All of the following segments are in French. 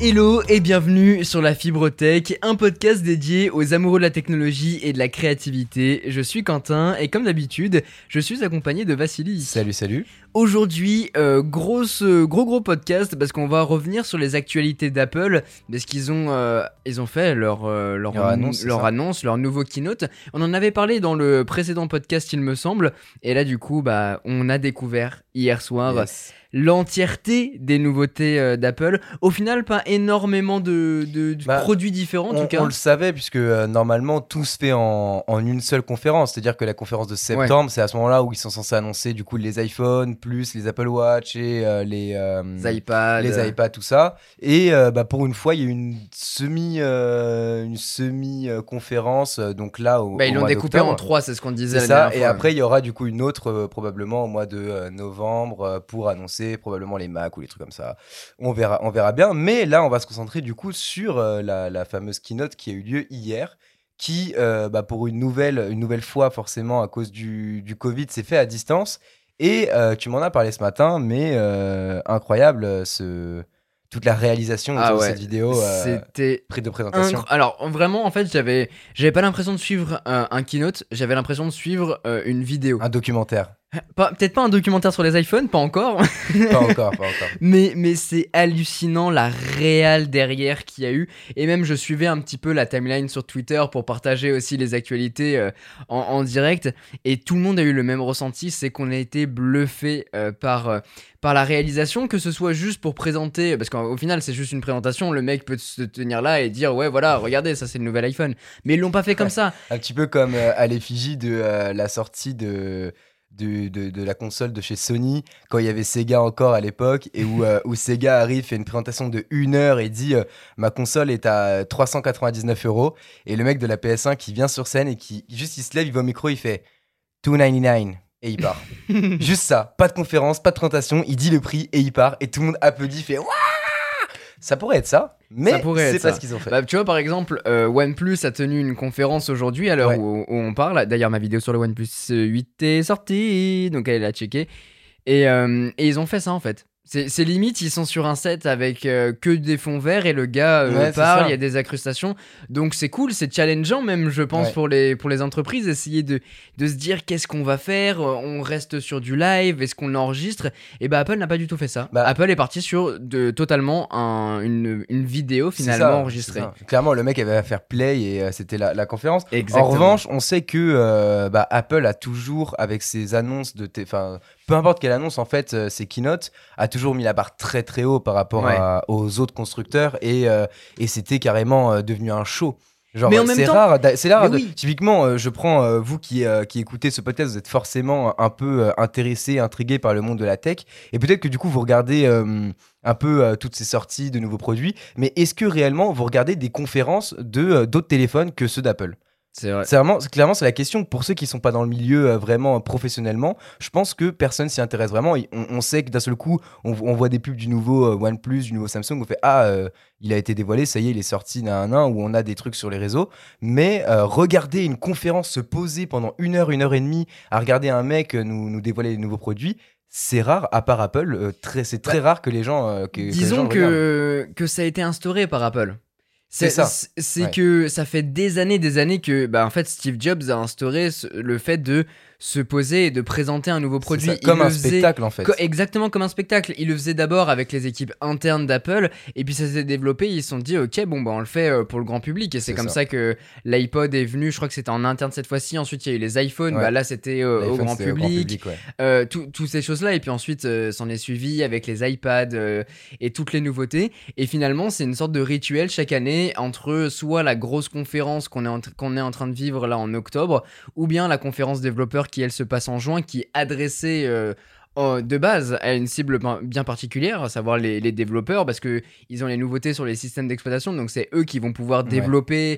Hello et bienvenue sur La Fibre Tech, un podcast dédié aux amoureux de la technologie et de la créativité. Je suis Quentin et comme d'habitude, je suis accompagné de Vassili. Salut. Aujourd'hui, gros podcast parce qu'on va revenir sur les actualités d'Apple, parce qu'ils ont fait leur annonce, leur nouveau keynote. On en avait parlé dans le précédent podcast, il me semble, et là du coup, on a découvert hier soir l'entièreté des nouveautés d'Apple. Au final, pas énormément de produits différents en tout cas. On le savait puisque normalement tout se fait en une seule conférence, c'est-à-dire que la conférence de septembre, c'est à ce moment-là où ils sont censés annoncer du coup les iPhones plus les Apple Watch et les iPads, tout ça. Et pour une fois, il y a eu une semi conférence. Donc là, ils l'ont découpé en 3, c'est ce qu'on disait. C'est ça. Et après, il y aura du coup une autre probablement au mois de novembre pour annoncer probablement les Mac ou les trucs comme ça. On verra bien. Mais là, on va se concentrer du coup sur la fameuse keynote qui a eu lieu hier, qui pour une nouvelle fois forcément à cause du Covid, s'est fait à distance. Et tu m'en as parlé ce matin, mais incroyable toute la réalisation de cette vidéo. C'était prise de présentation. Alors vraiment, en fait, j'avais pas l'impression de suivre un keynote, j'avais l'impression de suivre une vidéo. Un documentaire. Peut-être pas un documentaire sur les iPhones, pas encore. pas encore. Mais c'est hallucinant la réal derrière qu'il y a eu. Et même, je suivais un petit peu la timeline sur Twitter pour partager aussi les actualités en direct. Et tout le monde a eu le même ressenti, c'est qu'on a été bluffé par la réalisation, que ce soit juste pour présenter, parce qu'au final, c'est juste une présentation. Le mec peut se tenir là et dire, ouais, voilà, regardez, ça c'est le nouvel iPhone. Mais ils l'ont pas fait comme ça. Un petit peu comme à l'effigie de la sortie de la console de chez Sony, quand il y avait Sega encore à l'époque, et où Sega arrive, fait une présentation de 1 heure et dit ma console est à 399€, et le mec de la PS1 qui vient sur scène et qui juste il se lève, il va au micro, il fait 299 et il part. Juste ça, pas de conférence, pas de présentation, il dit le prix et il part, et tout le monde applaudit, fait waouh. Ça pourrait être ça, mais c'est pas ce qu'ils ont fait. Tu vois, par exemple, OnePlus a tenu une conférence aujourd'hui à l'heure où on parle. D'ailleurs, ma vidéo sur le OnePlus 8 est sortie, donc allez la checker. Et ils ont fait ça en fait. C'est limite, ils sont sur un set avec que des fonds verts et le gars parle, il y a des incrustations. Donc c'est cool, c'est challengeant même, je pense, pour les entreprises, essayer de se dire qu'est-ce qu'on va faire, on reste sur du live, est-ce qu'on enregistre. Et Apple n'a pas du tout fait ça. Apple est parti sur totalement une vidéo finalement enregistrée. Clairement, le mec avait à faire play et c'était la conférence. Exactement. En revanche, on sait que Apple a toujours, avec ses annonces peu importe quelle annonce, en fait, ses keynotes, a toujours mis la barre très très haut par rapport aux autres constructeurs et c'était carrément devenu un show. Genre, mais en même temps, c'est rare. Typiquement, je prends vous qui écoutez ce podcast, vous êtes forcément un peu intéressé, intrigué par le monde de la tech, et peut-être que du coup vous regardez un peu toutes ces sorties de nouveaux produits. Mais est-ce que réellement vous regardez des conférences d'autres téléphones que ceux d'Apple ? C'est vrai. Clairement, c'est la question. Pour ceux qui sont pas dans le milieu vraiment professionnellement, je pense que personne s'y intéresse vraiment. On sait que d'un seul coup, on voit des pubs du nouveau OnePlus, du nouveau Samsung. On fait il a été dévoilé, ça y est, il est sorti où on a des trucs sur les réseaux. Mais regarder une conférence se poser pendant 1 heure, 1 heure et demie à regarder un mec nous dévoiler les nouveaux produits. C'est rare, à part Apple. C'est très rare que les gens. Disons que ça a été instauré par Apple. C'est que ça fait des années que en fait Steve Jobs a instauré le fait de se poser et de présenter un nouveau produit. Comme un spectacle en fait. Exactement comme un spectacle. Il le faisait d'abord avec les équipes internes d'Apple et puis ça s'est développé. Ils se sont dit ok on le fait pour le grand public et c'est comme ça que l'iPod est venu. Je crois que c'était en interne cette fois-ci. Ensuite il y a eu les iPhones. Là c'était au grand public. Toutes ces choses là et puis ensuite s'en est suivi avec les iPads et toutes les nouveautés. Et finalement c'est une sorte de rituel chaque année entre soit la grosse conférence qu'on est en train de vivre là en octobre ou bien la conférence développeur qui elle se passe en juin, qui est adressée de base à une cible bien particulière, à savoir les développeurs, parce qu'ils ont les nouveautés sur les systèmes d'exploitation, donc c'est eux qui vont pouvoir développer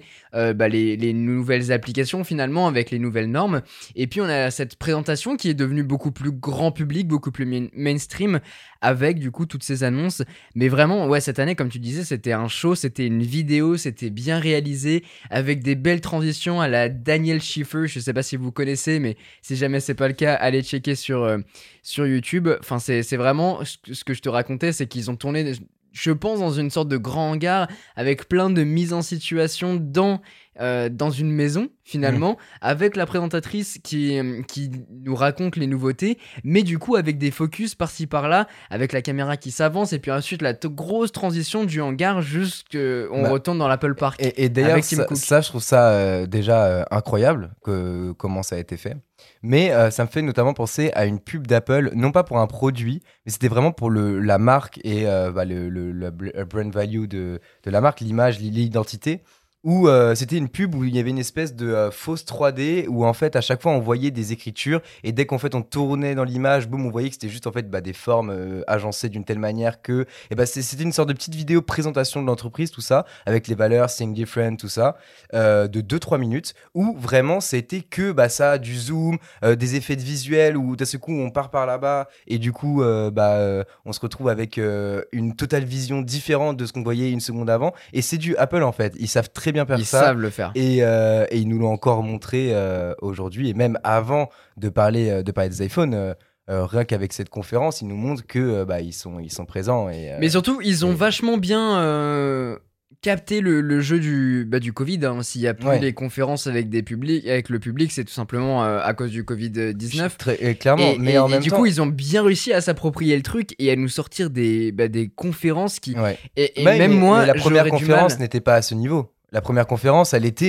les nouvelles applications finalement avec les nouvelles normes. Et puis on a cette présentation qui est devenue beaucoup plus grand public, beaucoup plus mainstream, avec du coup toutes ces annonces. Mais vraiment, cette année, comme tu disais, c'était un show, c'était une vidéo, c'était bien réalisé, avec des belles transitions à la Daniel Schiffer. Je sais pas si vous connaissez, mais si jamais c'est pas le cas, allez checker sur YouTube. Enfin, c'est vraiment ce que je te racontais, c'est qu'ils ont tourné. je pense, dans une sorte de grand hangar avec plein de mises en situation dans une maison, finalement, avec la présentatrice qui nous raconte les nouveautés, mais du coup avec des focus par-ci par-là, avec la caméra qui s'avance, et puis ensuite la grosse transition du hangar jusqu'on retourne dans l'Apple Park. Et d'ailleurs, ça, je trouve ça déjà incroyable, comment ça a été fait. Mais ça me fait notamment penser à une pub d'Apple, non pas pour un produit, mais c'était vraiment pour la marque et le brand value de la marque, l'image, l'identité. Où c'était une pub où il y avait une espèce de fausse 3D où en fait à chaque fois on voyait des écritures et dès qu'en fait on tournait dans l'image, boum, on voyait que c'était juste en fait des formes agencées d'une telle manière que c'était une sorte de petite vidéo présentation de l'entreprise, tout ça, avec les valeurs, Think Different, tout ça, de 2-3 minutes où vraiment c'était que ça, du zoom, des effets de visuel où d'un seul coup on part par là-bas et du coup on se retrouve avec une totale vision différente de ce qu'on voyait une seconde avant, et c'est du Apple en fait, ils savent très bien faire ça. Ils savent le faire. Et ils nous l'ont encore montré aujourd'hui, et même avant de parler des iPhones, rien qu'avec cette conférence, ils nous montrent que ils sont présents. Mais surtout, ils ont vachement bien capté le jeu du Covid. Hein. S'il n'y a plus des conférences avec le public, c'est tout simplement à cause du Covid-19. Clairement, mais en même du temps... coup, ils ont bien réussi à s'approprier le truc et à nous sortir des conférences qui... Ouais. Et même moi, mais la première conférence n'était pas à ce niveau. La première conférence, elle était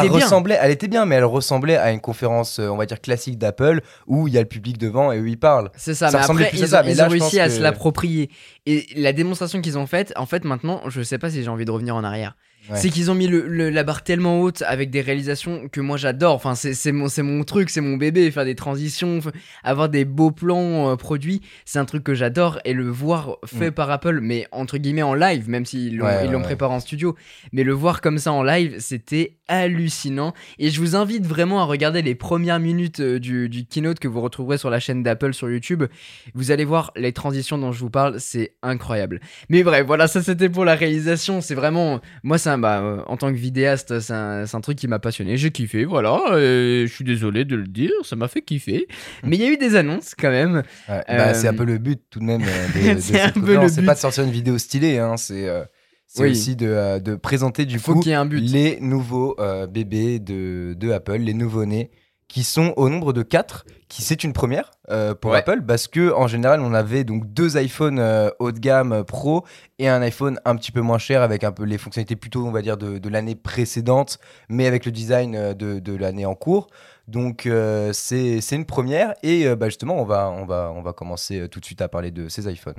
bien, mais elle ressemblait à une conférence, on va dire classique d'Apple, où il y a le public devant et eux ils parlent. C'est ça, mais après ils ont réussi à se l'approprier. Et la démonstration qu'ils ont faite, en fait maintenant, je sais pas si j'ai envie de revenir en arrière. Ouais. C'est qu'ils ont mis la barre tellement haute avec des réalisations que moi j'adore. Enfin, c'est mon truc, c'est mon bébé. Faire des transitions, avoir des beaux plans produits, c'est un truc que j'adore. Et le voir fait par Apple, mais entre guillemets en live, même s'ils l'ont préparé en studio, mais le voir comme ça en live, c'était hallucinant. Et je vous invite vraiment à regarder les premières minutes du keynote que vous retrouverez sur la chaîne d'Apple sur YouTube. Vous allez voir les transitions dont je vous parle, c'est incroyable. Mais bref, voilà, ça c'était pour la réalisation. C'est vraiment, moi ça en tant que vidéaste, c'est un truc qui m'a passionné. J'ai kiffé, voilà. Je suis désolé de le dire, ça m'a fait kiffer. Mais il y a eu des annonces quand même. Ouais, c'est un peu le but tout de même de cette conférence. C'est pas de sortir une vidéo stylée, hein, c'est aussi de présenter du coup les nouveaux bébés de Apple, les nouveau-nés, qui sont au nombre de 4, c'est une première pour Apple, parce que en général on avait donc 2 iPhones haut de gamme Pro et un iPhone un petit peu moins cher avec un peu les fonctionnalités plutôt on va dire de l'année précédente, mais avec le design de l'année en cours. Donc c'est une première, et justement on va commencer tout de suite à parler de ces iPhones.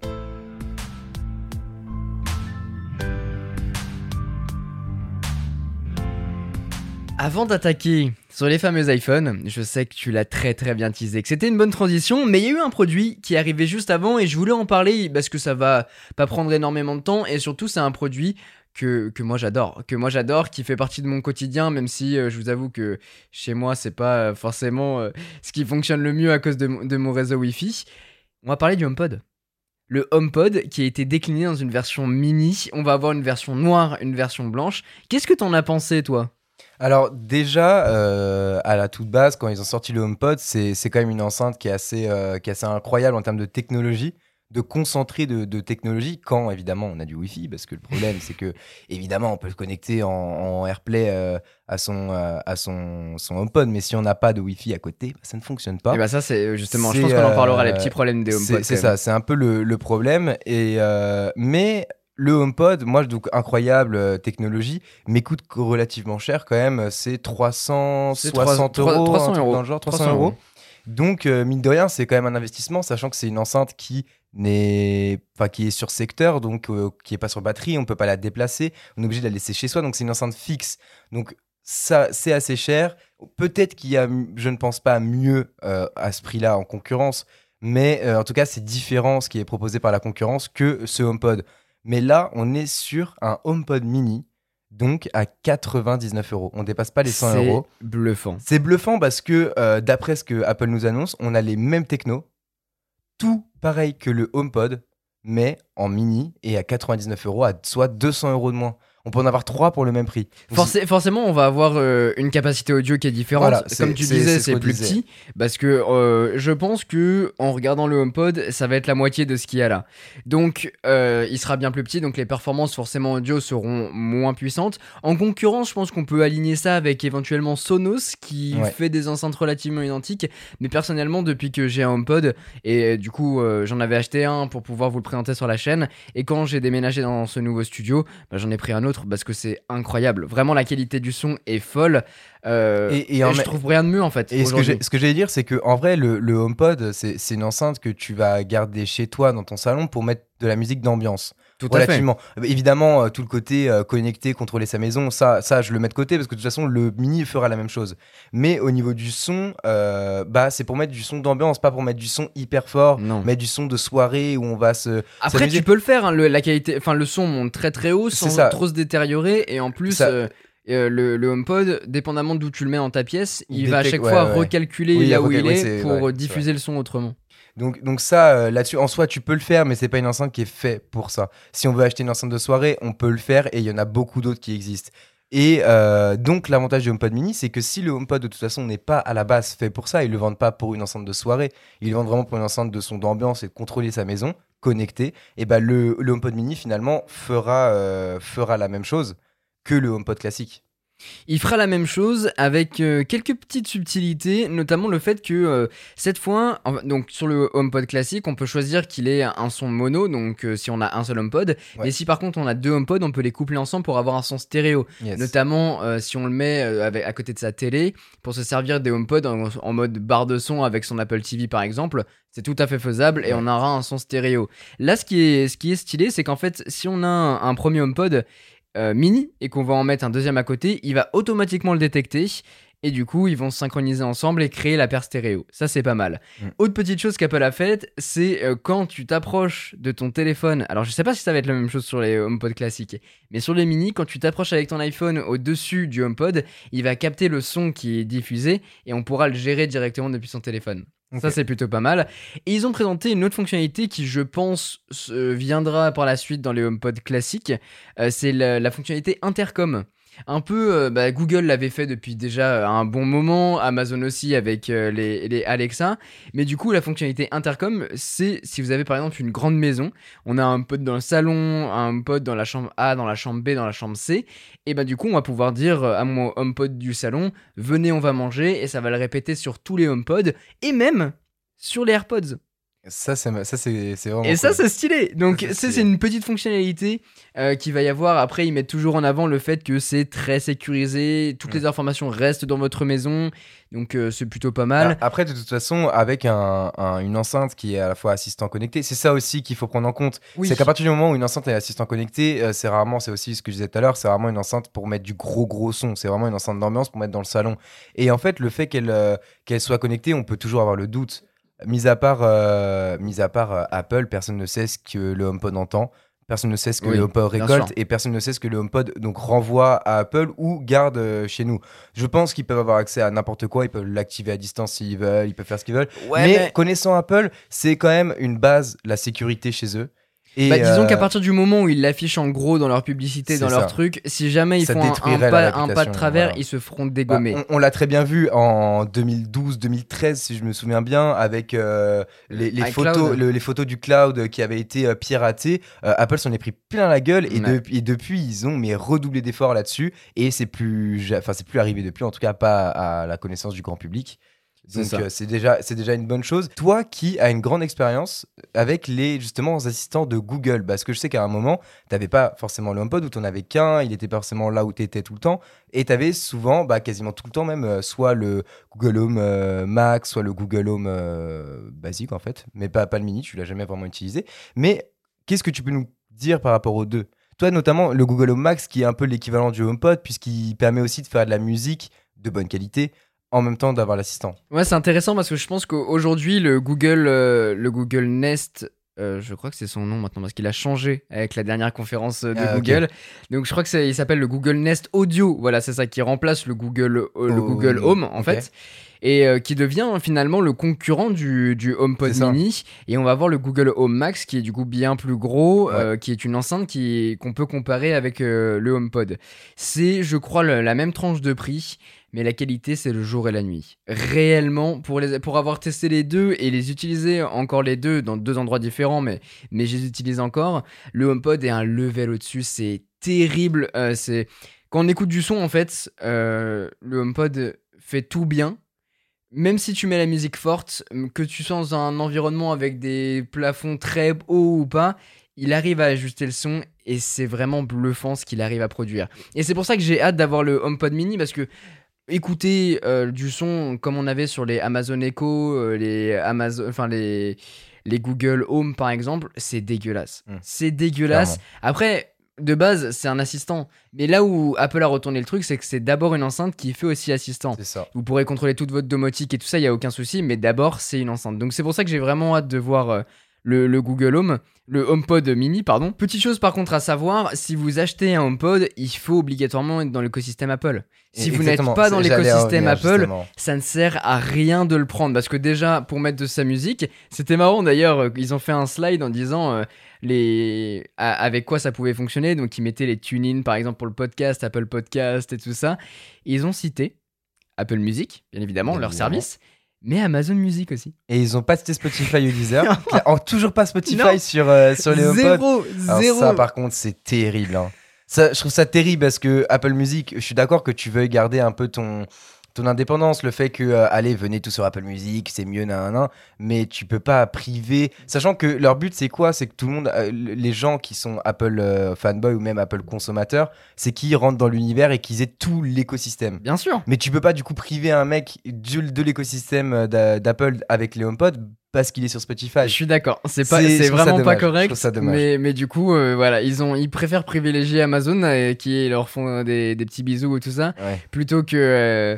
Avant d'attaquer sur les fameux iPhones, je sais que tu l'as très très bien teasé, que c'était une bonne transition, mais il y a eu un produit qui est arrivé juste avant et je voulais en parler parce que ça va pas prendre énormément de temps, et surtout c'est un produit que moi j'adore, qui fait partie de mon quotidien, même si je vous avoue que chez moi c'est pas forcément ce qui fonctionne le mieux à cause de mon réseau Wi-Fi. On va parler du HomePod. Le HomePod qui a été décliné dans une version mini. On va avoir une version noire, une version blanche. Qu'est-ce que t'en as pensé toi ? Alors déjà, à la toute base, quand ils ont sorti le HomePod, c'est quand même une enceinte qui est assez incroyable en termes de technologie, de concentré de technologie, quand évidemment on a du Wi-Fi, parce que le problème c'est que évidemment on peut se connecter en AirPlay à son HomePod, mais si on n'a pas de Wi-Fi à côté, ça ne fonctionne pas. Et ça c'est justement, je pense qu'on en parlera, les petits problèmes des HomePod. C'est ça, c'est un peu le problème, mais... Le HomePod, moi, donc incroyable technologie, mais coûte relativement cher quand même. C'est 360 euros, 300 euros. Dans le genre 300 euros. Donc, mine de rien, c'est quand même un investissement, sachant que c'est une enceinte qui est sur secteur, donc qui est pas sur batterie, on peut pas la déplacer, on est obligé de la laisser chez soi, donc c'est une enceinte fixe. Donc ça, c'est assez cher. Peut-être qu'il y a, je ne pense pas, mieux à ce prix-là en concurrence, mais en tout cas, c'est différent ce qui est proposé par la concurrence que ce HomePod. Mais là, on est sur un HomePod mini, donc à 99 euros. On dépasse pas les 100 euros. C'est bluffant. C'est bluffant parce que, d'après ce que Apple nous annonce, on a les mêmes technos, tout pareil que le HomePod, mais en mini et à 99 euros, à soit 200 euros de moins. on peut en avoir 3 pour le même prix. Forcément, on va avoir une capacité audio qui est différente. Voilà, comme tu disais, c'est plus petit. Parce que je pense que en regardant le HomePod, ça va être la moitié de ce qu'il y a là. Donc, il sera bien plus petit. Donc, les performances forcément audio seront moins puissantes. En concurrence, je pense qu'on peut aligner ça avec éventuellement Sonos qui fait des enceintes relativement identiques. Mais personnellement, depuis que j'ai un HomePod, et du coup, j'en avais acheté un pour pouvoir vous le présenter sur la chaîne. Et quand j'ai déménagé dans ce nouveau studio, j'en ai pris un autre parce que c'est incroyable. Vraiment, la qualité du son est folle. Et je trouve rien de mieux en fait. Et ce que j'allais dire, c'est que en vrai, le HomePod, c'est une enceinte que tu vas garder chez toi dans ton salon pour mettre de la musique d'ambiance. Tout à fait. Évidemment, tout le côté connecté, contrôler sa maison, ça, je le mets de côté parce que de toute façon, le mini fera la même chose. Mais au niveau du son, c'est pour mettre du son d'ambiance, pas pour mettre du son hyper fort, mettre du son de soirée où on va se. Après, s'amuser. Tu peux le faire. Hein, la qualité, le son monte très très haut sans trop se détériorer. Et en plus. Le HomePod, dépendamment d'où tu le mets dans ta pièce, il va à chaque fois recalculer là où il est pour diffuser le son autrement. Donc ça, là-dessus, en soi, tu peux le faire, mais c'est pas une enceinte qui est faite pour ça. Si on veut acheter une enceinte de soirée, on peut le faire et il y en a beaucoup d'autres qui existent. Et donc l'avantage du HomePod mini, c'est que si le HomePod de toute façon n'est pas à la base fait pour ça, ils le vendent pas pour une enceinte de soirée, ils le vendent vraiment pour une enceinte de son d'ambiance et de contrôler sa maison, connectée, et le HomePod mini finalement fera la même chose que le HomePod classique. Il fera la même chose avec quelques petites subtilités, notamment le fait que cette fois, donc sur le HomePod classique, on peut choisir qu'il ait un son mono, donc si on a un seul HomePod, et si par contre on a deux HomePod, on peut les coupler ensemble pour avoir un son stéréo, notamment si on le met à côté de sa télé, pour se servir des HomePod en mode barre de son avec son Apple TV par exemple, c'est tout à fait faisable et on aura un son stéréo. Là, ce qui est stylé, c'est qu'en fait, si on a un premier HomePod mini et qu'on va en mettre un deuxième à côté, il va automatiquement le détecter et du coup ils vont se synchroniser ensemble et créer la paire stéréo. Ça c'est pas mal. Autre petite chose qu'Apple a faite, c'est quand tu t'approches de ton téléphone, alors je sais pas si ça va être la même chose sur les HomePod classiques, mais sur les mini, quand tu t'approches avec ton iPhone au-dessus du HomePod, il va capter le son qui est diffusé et on pourra le gérer directement depuis son téléphone. Ça c'est plutôt pas mal. Et ils ont présenté une autre fonctionnalité qui je pense viendra par la suite dans les HomePod classiques. C'est la fonctionnalité intercom. Un peu, Google l'avait fait depuis déjà un bon moment, Amazon aussi avec les Alexa, mais du coup la fonctionnalité intercom, c'est si vous avez par exemple une grande maison, on a un HomePod dans le salon, un HomePod dans la chambre A, dans la chambre B, dans la chambre C, et du coup on va pouvoir dire à mon HomePod du salon, venez on va manger, et ça va le répéter sur tous les HomePod, et même sur les AirPods. Ça c'est vraiment et ça cool. C'est stylé. Donc c'est une petite fonctionnalité qu'il va y avoir. Après ils mettent toujours en avant le fait que c'est très sécurisé, toutes les informations restent dans votre maison, donc c'est plutôt pas mal. Après de toute façon avec une enceinte qui est à la fois assistant connecté, c'est ça aussi qu'il faut prendre en compte. C'est qu'à partir du moment où une enceinte est assistant connecté, c'est aussi ce que je disais tout à l'heure, c'est vraiment une enceinte pour mettre du gros son, c'est vraiment une enceinte d'ambiance pour mettre dans le salon. Et en fait le fait qu'elle soit connectée, on peut toujours avoir le doute. Mis à part Apple, personne ne sait ce que le HomePod entend, personne ne sait ce que le HomePod récolte et personne ne sait ce que le HomePod donc renvoie à Apple ou garde chez nous. Je pense qu'ils peuvent avoir accès à n'importe quoi, ils peuvent l'activer à distance s'ils veulent, ils peuvent faire ce qu'ils veulent. Mais connaissant Apple, c'est quand même une base, la sécurité chez eux. Et disons qu'à partir du moment où ils l'affichent en gros dans leur publicité, dans leur truc, si jamais ils font un pas de travers, ils se feront dégommer. On l'a très bien vu en 2012-2013, si je me souviens bien, avec les photos du cloud qui avaient été piratées. Apple s'en est pris plein la gueule et depuis, ils ont redoublé d'efforts là-dessus et c'est plus arrivé depuis, en tout cas pas à la connaissance du grand public. Donc c'est déjà une bonne chose. Toi qui as une grande expérience avec les justement assistants de Google, parce que je sais qu'à un moment t'avais pas forcément le HomePod ou t'en avais qu'un, il était pas forcément là où t'étais tout le temps, et t'avais souvent, quasiment tout le temps même, soit le Google Home Max, soit le Google Home basique en fait, mais pas le mini, tu l'as jamais vraiment utilisé. Mais qu'est-ce que tu peux nous dire par rapport aux deux? Toi notamment le Google Home Max qui est un peu l'équivalent du HomePod puisqu'il permet aussi de faire de la musique de bonne qualité en même temps d'avoir l'assistant. Ouais, c'est intéressant parce que je pense qu'aujourd'hui, le Google Nest Je crois que c'est son nom maintenant parce qu'il a changé avec la dernière conférence de Ah, Google. Donc je crois que il s'appelle le Google Nest Audio. Voilà, c'est ça qui remplace le Google Home en ok. fait. Et qui devient finalement le concurrent du HomePod C'est ça. mini. Et on va avoir le Google Home Max qui est du coup bien plus gros, Ouais. qui est une enceinte qu'on peut comparer avec le HomePod. C'est, je crois, la même tranche de prix, mais la qualité, c'est le jour et la nuit. Réellement, pour avoir testé les deux et les utiliser encore les deux dans deux endroits différents, mais je les utilise encore, le HomePod est un level au-dessus, c'est terrible. Quand on écoute du son, en fait, le HomePod fait tout bien. Même si tu mets la musique forte, que tu sois dans un environnement avec des plafonds très hauts ou pas, il arrive à ajuster le son et c'est vraiment bluffant ce qu'il arrive à produire. Et c'est pour ça que j'ai hâte d'avoir le HomePod mini parce que écouter du son comme on avait sur les Amazon Echo, les Google Home par exemple, c'est dégueulasse. C'est dégueulasse. Clairement. Après, de base, c'est un assistant. Mais là où Apple a retourné le truc, c'est que c'est d'abord une enceinte qui fait aussi assistant. C'est ça. Vous pourrez contrôler toute votre domotique et tout ça, il n'y a aucun souci, mais d'abord, c'est une enceinte. Donc c'est pour ça que j'ai vraiment hâte de voir le Google Home, le HomePod mini, pardon. Petite chose par contre à savoir, si vous achetez un HomePod, il faut obligatoirement être dans l'écosystème Apple. Si vous n'êtes Exactement. pas dans J'allais l'écosystème revenir, Apple, justement. ça ne sert à rien de le prendre. Parce que déjà, pour mettre de sa musique, c'était marrant d'ailleurs, ils ont fait un slide en disant avec quoi ça pouvait fonctionner. Donc ils mettaient les tune-in par exemple pour le podcast, Apple Podcast et tout ça. Et ils ont cité Apple Music, bien évidemment, Bien leur évidemment. service, mais Amazon Music aussi. Et ils ont pas cité Spotify ou Deezer. Toujours pas Spotify Non. sur les HomePod. Zéro, Alors zéro. ça, par contre, c'est terrible. Hein. Ça, je trouve ça terrible parce que Apple Music, je suis d'accord que tu veuilles garder un peu ton indépendance, le fait que, allez, venez tous sur Apple Music, c'est mieux, nan, mais tu peux pas priver. Sachant que leur but, c'est quoi? C'est que tout le monde, les gens qui sont Apple fanboy ou même Apple consommateurs, c'est qu'ils rentrent dans l'univers et qu'ils aient tout l'écosystème. Bien sûr. Mais tu peux pas du coup priver un mec de l'écosystème d'Apple avec les HomePod parce qu'il est sur Spotify. Je suis d'accord, c'est Je trouve ça vraiment pas dommage, je correct, trouve ça dommage. mais du coup, voilà, ils préfèrent privilégier Amazon qui leur font des petits bisous et tout ça, Ouais. plutôt que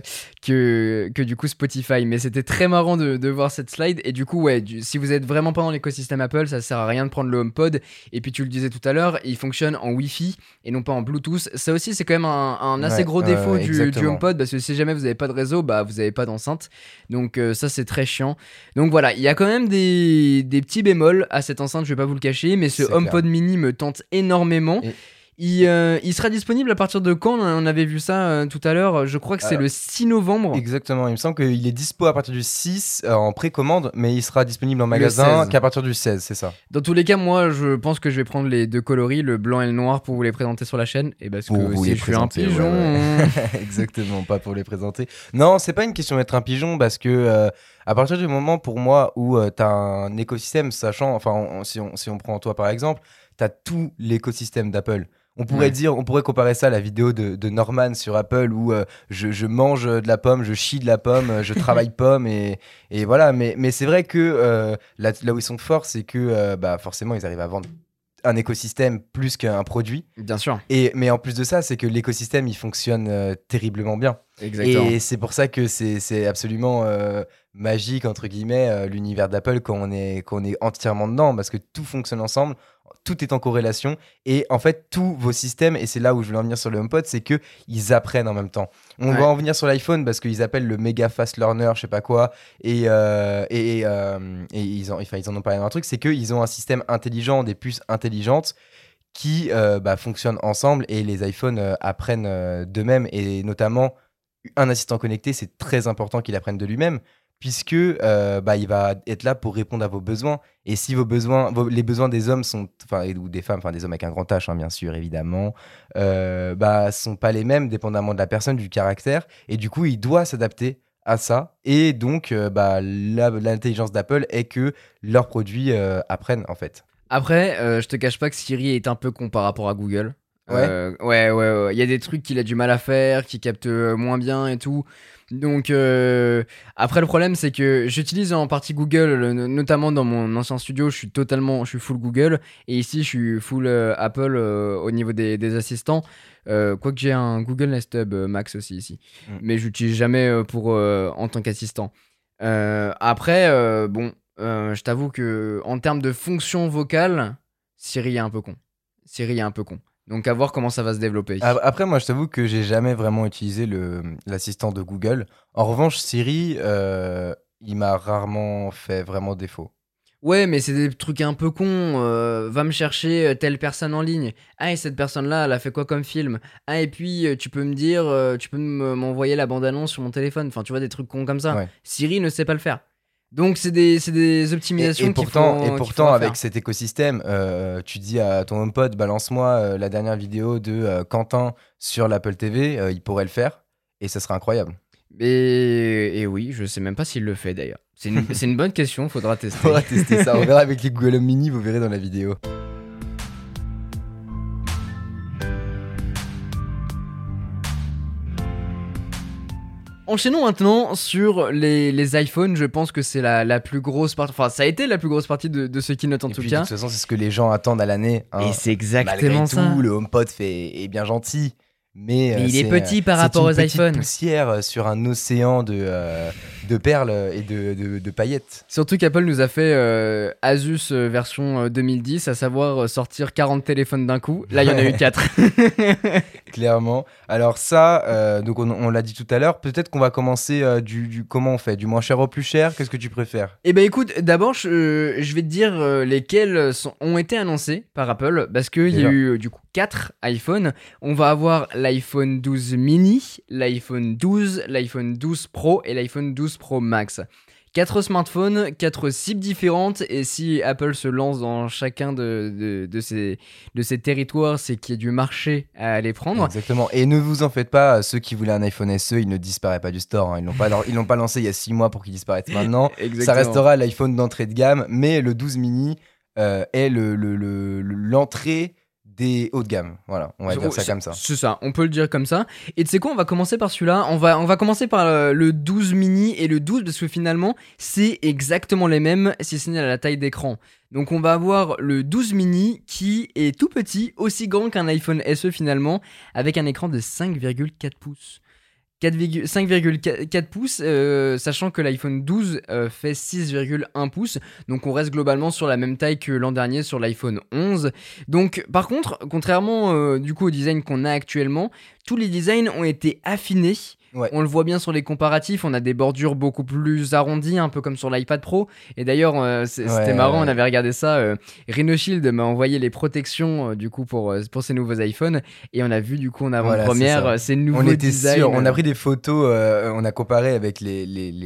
du coup Spotify. Mais c'était très marrant de voir cette slide, et du coup, ouais, si vous êtes vraiment pas dans l'écosystème Apple, ça sert à rien de prendre le HomePod, et puis tu le disais tout à l'heure, il fonctionne en Wi-Fi et non pas en Bluetooth. Ça aussi, c'est quand même un assez Ouais, gros défaut du exactement. HomePod, parce que si jamais vous avez pas de réseau, bah vous avez pas d'enceinte, donc ça c'est très chiant. Donc voilà, il y a quand même des petits bémols à cette enceinte, je vais pas vous le cacher, mais ce C'est HomePod mini me tente énormément. Et- Il sera disponible à partir de quand? On avait vu ça tout à l'heure, je crois que c'est Alors, le 6 novembre. Exactement, il me semble qu'il est dispo à partir du 6 en précommande, mais il sera disponible en magasin 16. qu'à partir du 16, c'est ça. Dans tous les cas, moi je pense que je vais prendre les deux coloris, le blanc et le noir, pour vous les présenter sur la chaîne. Et parce que Pour vous si les je suis un présenter, pigeon. ouais. Exactement, pas pour les présenter. Non, c'est pas une question d'être un pigeon parce que à partir du moment pour moi où tu as un écosystème, sachant, enfin, si on prend toi par exemple, tu as tout l'écosystème d'Apple. On pourrait Ouais. on pourrait comparer ça à la vidéo de Norman sur Apple où je mange de la pomme, je chie de la pomme, je travaille pomme et voilà. Mais c'est vrai que là où ils sont forts, c'est que bah, forcément ils arrivent à vendre un écosystème plus qu'un produit. Bien sûr, Mais en plus de ça, c'est que l'écosystème, il fonctionne terriblement bien. exactement. Et c'est pour ça que c'est absolument magique, entre guillemets, l'univers d'Apple quand on est entièrement dedans, parce que tout fonctionne ensemble, tout est en corrélation. Et en fait, tous vos systèmes, et c'est là où je voulais en venir sur le HomePod, c'est qu'ils apprennent en même temps. On Ouais. va en venir sur l'iPhone, parce qu'ils appellent le Mega Fast Learner, je sais pas quoi, et ils en ont parlé dans un truc, c'est qu'ils ont un système intelligent, des puces intelligentes, qui fonctionnent ensemble et les iPhones apprennent d'eux-mêmes et notamment un assistant connecté, c'est très important qu'il apprenne de lui-même puisque il va être là pour répondre à vos besoins et si les besoins des hommes sont ou des femmes, enfin des hommes avec un grand H bien sûr évidemment, sont pas les mêmes dépendamment de la personne, du caractère et du coup il doit s'adapter à ça et donc l'intelligence d'Apple est que leurs produits apprennent en fait. Après, je te cache pas que Siri est un peu con par rapport à Google. Ouais. Ouais. Il y a des trucs qu'il a du mal à faire, qui captent moins bien et tout. Donc, après, le problème, c'est que j'utilise en partie Google, notamment dans mon ancien studio, je suis full Google. Et ici, je suis full Apple au niveau des assistants. Quoique j'ai un Google Nest Hub Max aussi ici. Mm. Mais j'utilise jamais en tant qu'assistant. Après, bon. je t'avoue que en termes de fonction vocale, Siri est un peu con. Siri est un peu con. Donc à voir comment ça va se développer. Après, moi, je t'avoue que j'ai jamais vraiment utilisé l'assistant de Google. En revanche, Siri, il m'a rarement fait vraiment défaut. Ouais, mais c'est des trucs un peu cons. Va me chercher telle personne en ligne. Ah, et cette personne-là, elle a fait quoi comme film? Ah, et puis tu peux me dire, tu peux m'envoyer la bande-annonce sur mon téléphone. Enfin, tu vois, des trucs cons comme ça. Ouais. Siri ne sait pas le faire. Donc, c'est des optimisations Et qu'il pourtant, qu'il faudra avec faire. cet écosystème, tu dis à ton HomePod, balance-moi la dernière vidéo de Quentin sur l'Apple TV, il pourrait le faire et ça serait incroyable. Et oui, je sais même pas s'il le fait d'ailleurs. C'est une bonne question, faudra tester. On va tester ça, on verra avec les Google Home Mini, vous verrez dans la vidéo. Enchaînons maintenant sur les iPhones. Je pense que c'est la plus grosse partie. Enfin, ça a été la plus grosse partie de ce keynote en Et tout puis, cas. de toute façon, c'est ce que les gens attendent à l'année. Hein. Et c'est exactement Malgré ça. tout, le HomePod est bien gentil. Mais il est c'est, petit par c'est rapport une aux petite iPhones. poussière sur un océan de perles et de paillettes. Surtout qu'Apple nous a fait Asus version 2010, à savoir sortir 40 téléphones d'un coup. Là, il y en a eu 4. Clairement. Alors ça, donc on l'a dit tout à l'heure, peut-être qu'on va commencer comment on fait? Du moins cher au plus cher? Qu'est-ce que tu préfères? Eh ben écoute, d'abord, je vais te dire lesquels ont été annoncés par Apple, parce qu'il y a Déjà. eu du coup 4 iPhones. On va avoir l'iPhone 12 mini, l'iPhone 12, l'iPhone 12 Pro et l'iPhone 12 Pro Max. 4 smartphones, 4 cibles différentes, et si Apple se lance dans chacun de ces territoires, c'est qu'il y a du marché à aller prendre. Exactement. Et ne vous en faites pas, ceux qui voulaient un iPhone SE, il ne disparaît pas du store. Hein. Ils l'ont pas lancé il y a 6 mois pour qu'il disparaisse maintenant. Ça Exactement. restera l'iPhone d'entrée de gamme, mais le 12 mini est l'entrée des hauts de gamme. Voilà, on va dire ça comme ça. C'est ça, on peut le dire comme ça. Et tu sais quoi, on va commencer par celui-là. On va commencer par le 12 mini et le 12 parce que finalement, c'est exactement les mêmes si ce n'est à la taille d'écran. Donc on va avoir le 12 mini qui est tout petit, aussi grand qu'un iPhone SE finalement, avec un écran de 5,4 pouces. 5,4 pouces, sachant que l'iPhone 12 fait 6,1 pouces, donc on reste globalement sur la même taille que l'an dernier sur l'iPhone 11. Donc par contre, contrairement du coup au design qu'on a actuellement, tous les designs ont été affinés. Ouais. On le voit bien sur les comparatifs, on a des bordures beaucoup plus arrondies, un peu comme sur l'iPad Pro. Et d'ailleurs, c'était marrant, on avait regardé ça. Rhino Shield m'a envoyé les protections du coup pour ces nouveaux iPhones. Et on a vu du coup en avant-première ces nouveaux on était designs. sûr, on a pris des photos, on a comparé avec les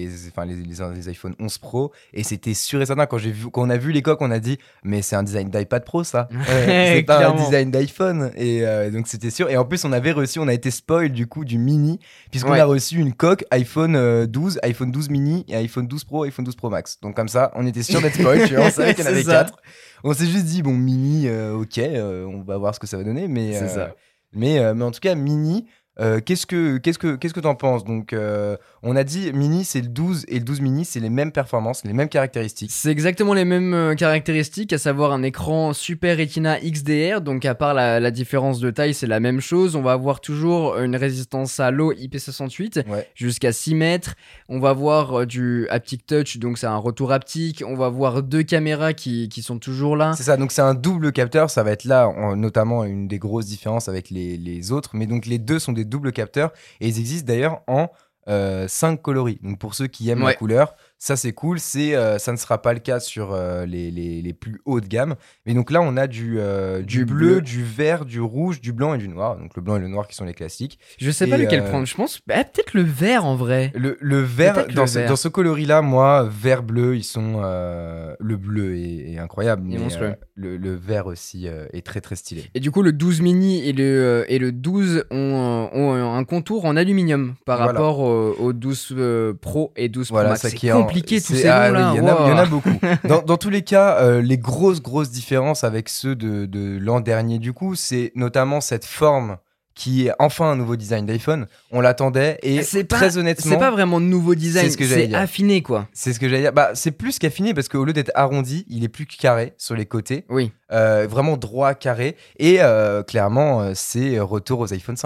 iPhone 11 Pro. Et c'était sûr et certain, quand on a vu les coques, on a dit, mais c'est un design d'iPad Pro ça. C'est pas un design d'iPhone. Et donc c'était sûr. Et en plus, on a été spoil du coup du mini, puisqu'on a reçu une coque iPhone 12, iPhone 12 mini et iPhone 12 Pro, iPhone 12 Pro Max. Donc comme ça, on était sûr d'être spoil, tu vois, on savait qu'il y en avait 4. On s'est juste dit, bon, mini, ok, on va voir ce que ça va donner. Mais, c'est ça. Mais en tout cas, mini, qu'est-ce que t'en penses? Donc on a dit mini c'est le 12 et le 12 mini c'est les mêmes performances, les mêmes caractéristiques. C'est exactement les mêmes caractéristiques, à savoir un écran Super Retina XDR, donc à part la différence de taille c'est la même chose. On va avoir toujours une résistance à l'eau IP68 jusqu'à 6 mètres. On va avoir du haptic touch, donc c'est un retour haptique. On va avoir 2 caméras qui sont toujours là. C'est ça, donc c'est un double capteur, ça va être là notamment une des grosses différences avec les autres, mais donc les deux sont des doubles capteurs et ils existent d'ailleurs en 5 coloris. Donc pour ceux qui aiment la couleur, ça c'est cool. Ça ne sera pas le cas sur les plus hauts de gamme. Mais donc là on a du bleu, du vert, du rouge, du blanc et du noir. Donc le blanc et le noir qui sont les classiques. Je sais pas lequel prendre. Je pense peut-être le vert en vrai. Le vert dans ce coloris là, moi vert bleu, ils sont le bleu est incroyable, mais le vert aussi est très très stylé. Et du coup le 12 mini et le 12 ont un contour en aluminium par rapport au 12 Pro et 12 Pro Max. C'est compliqué tous ces noms-là. Il y en a beaucoup. Dans tous les cas, les grosses différences avec ceux de l'an dernier, du coup, c'est notamment cette forme qui est enfin un nouveau design d'iPhone. On l'attendait et très honnêtement... C'est pas vraiment de nouveau design, c'est affiné quoi. C'est ce que j'allais dire. Bah, c'est plus qu'affiné parce qu'au lieu d'être arrondi, il est plus carré sur les côtés. Oui. Vraiment droit, carré. Et clairement, c'est retour aux iPhone 5.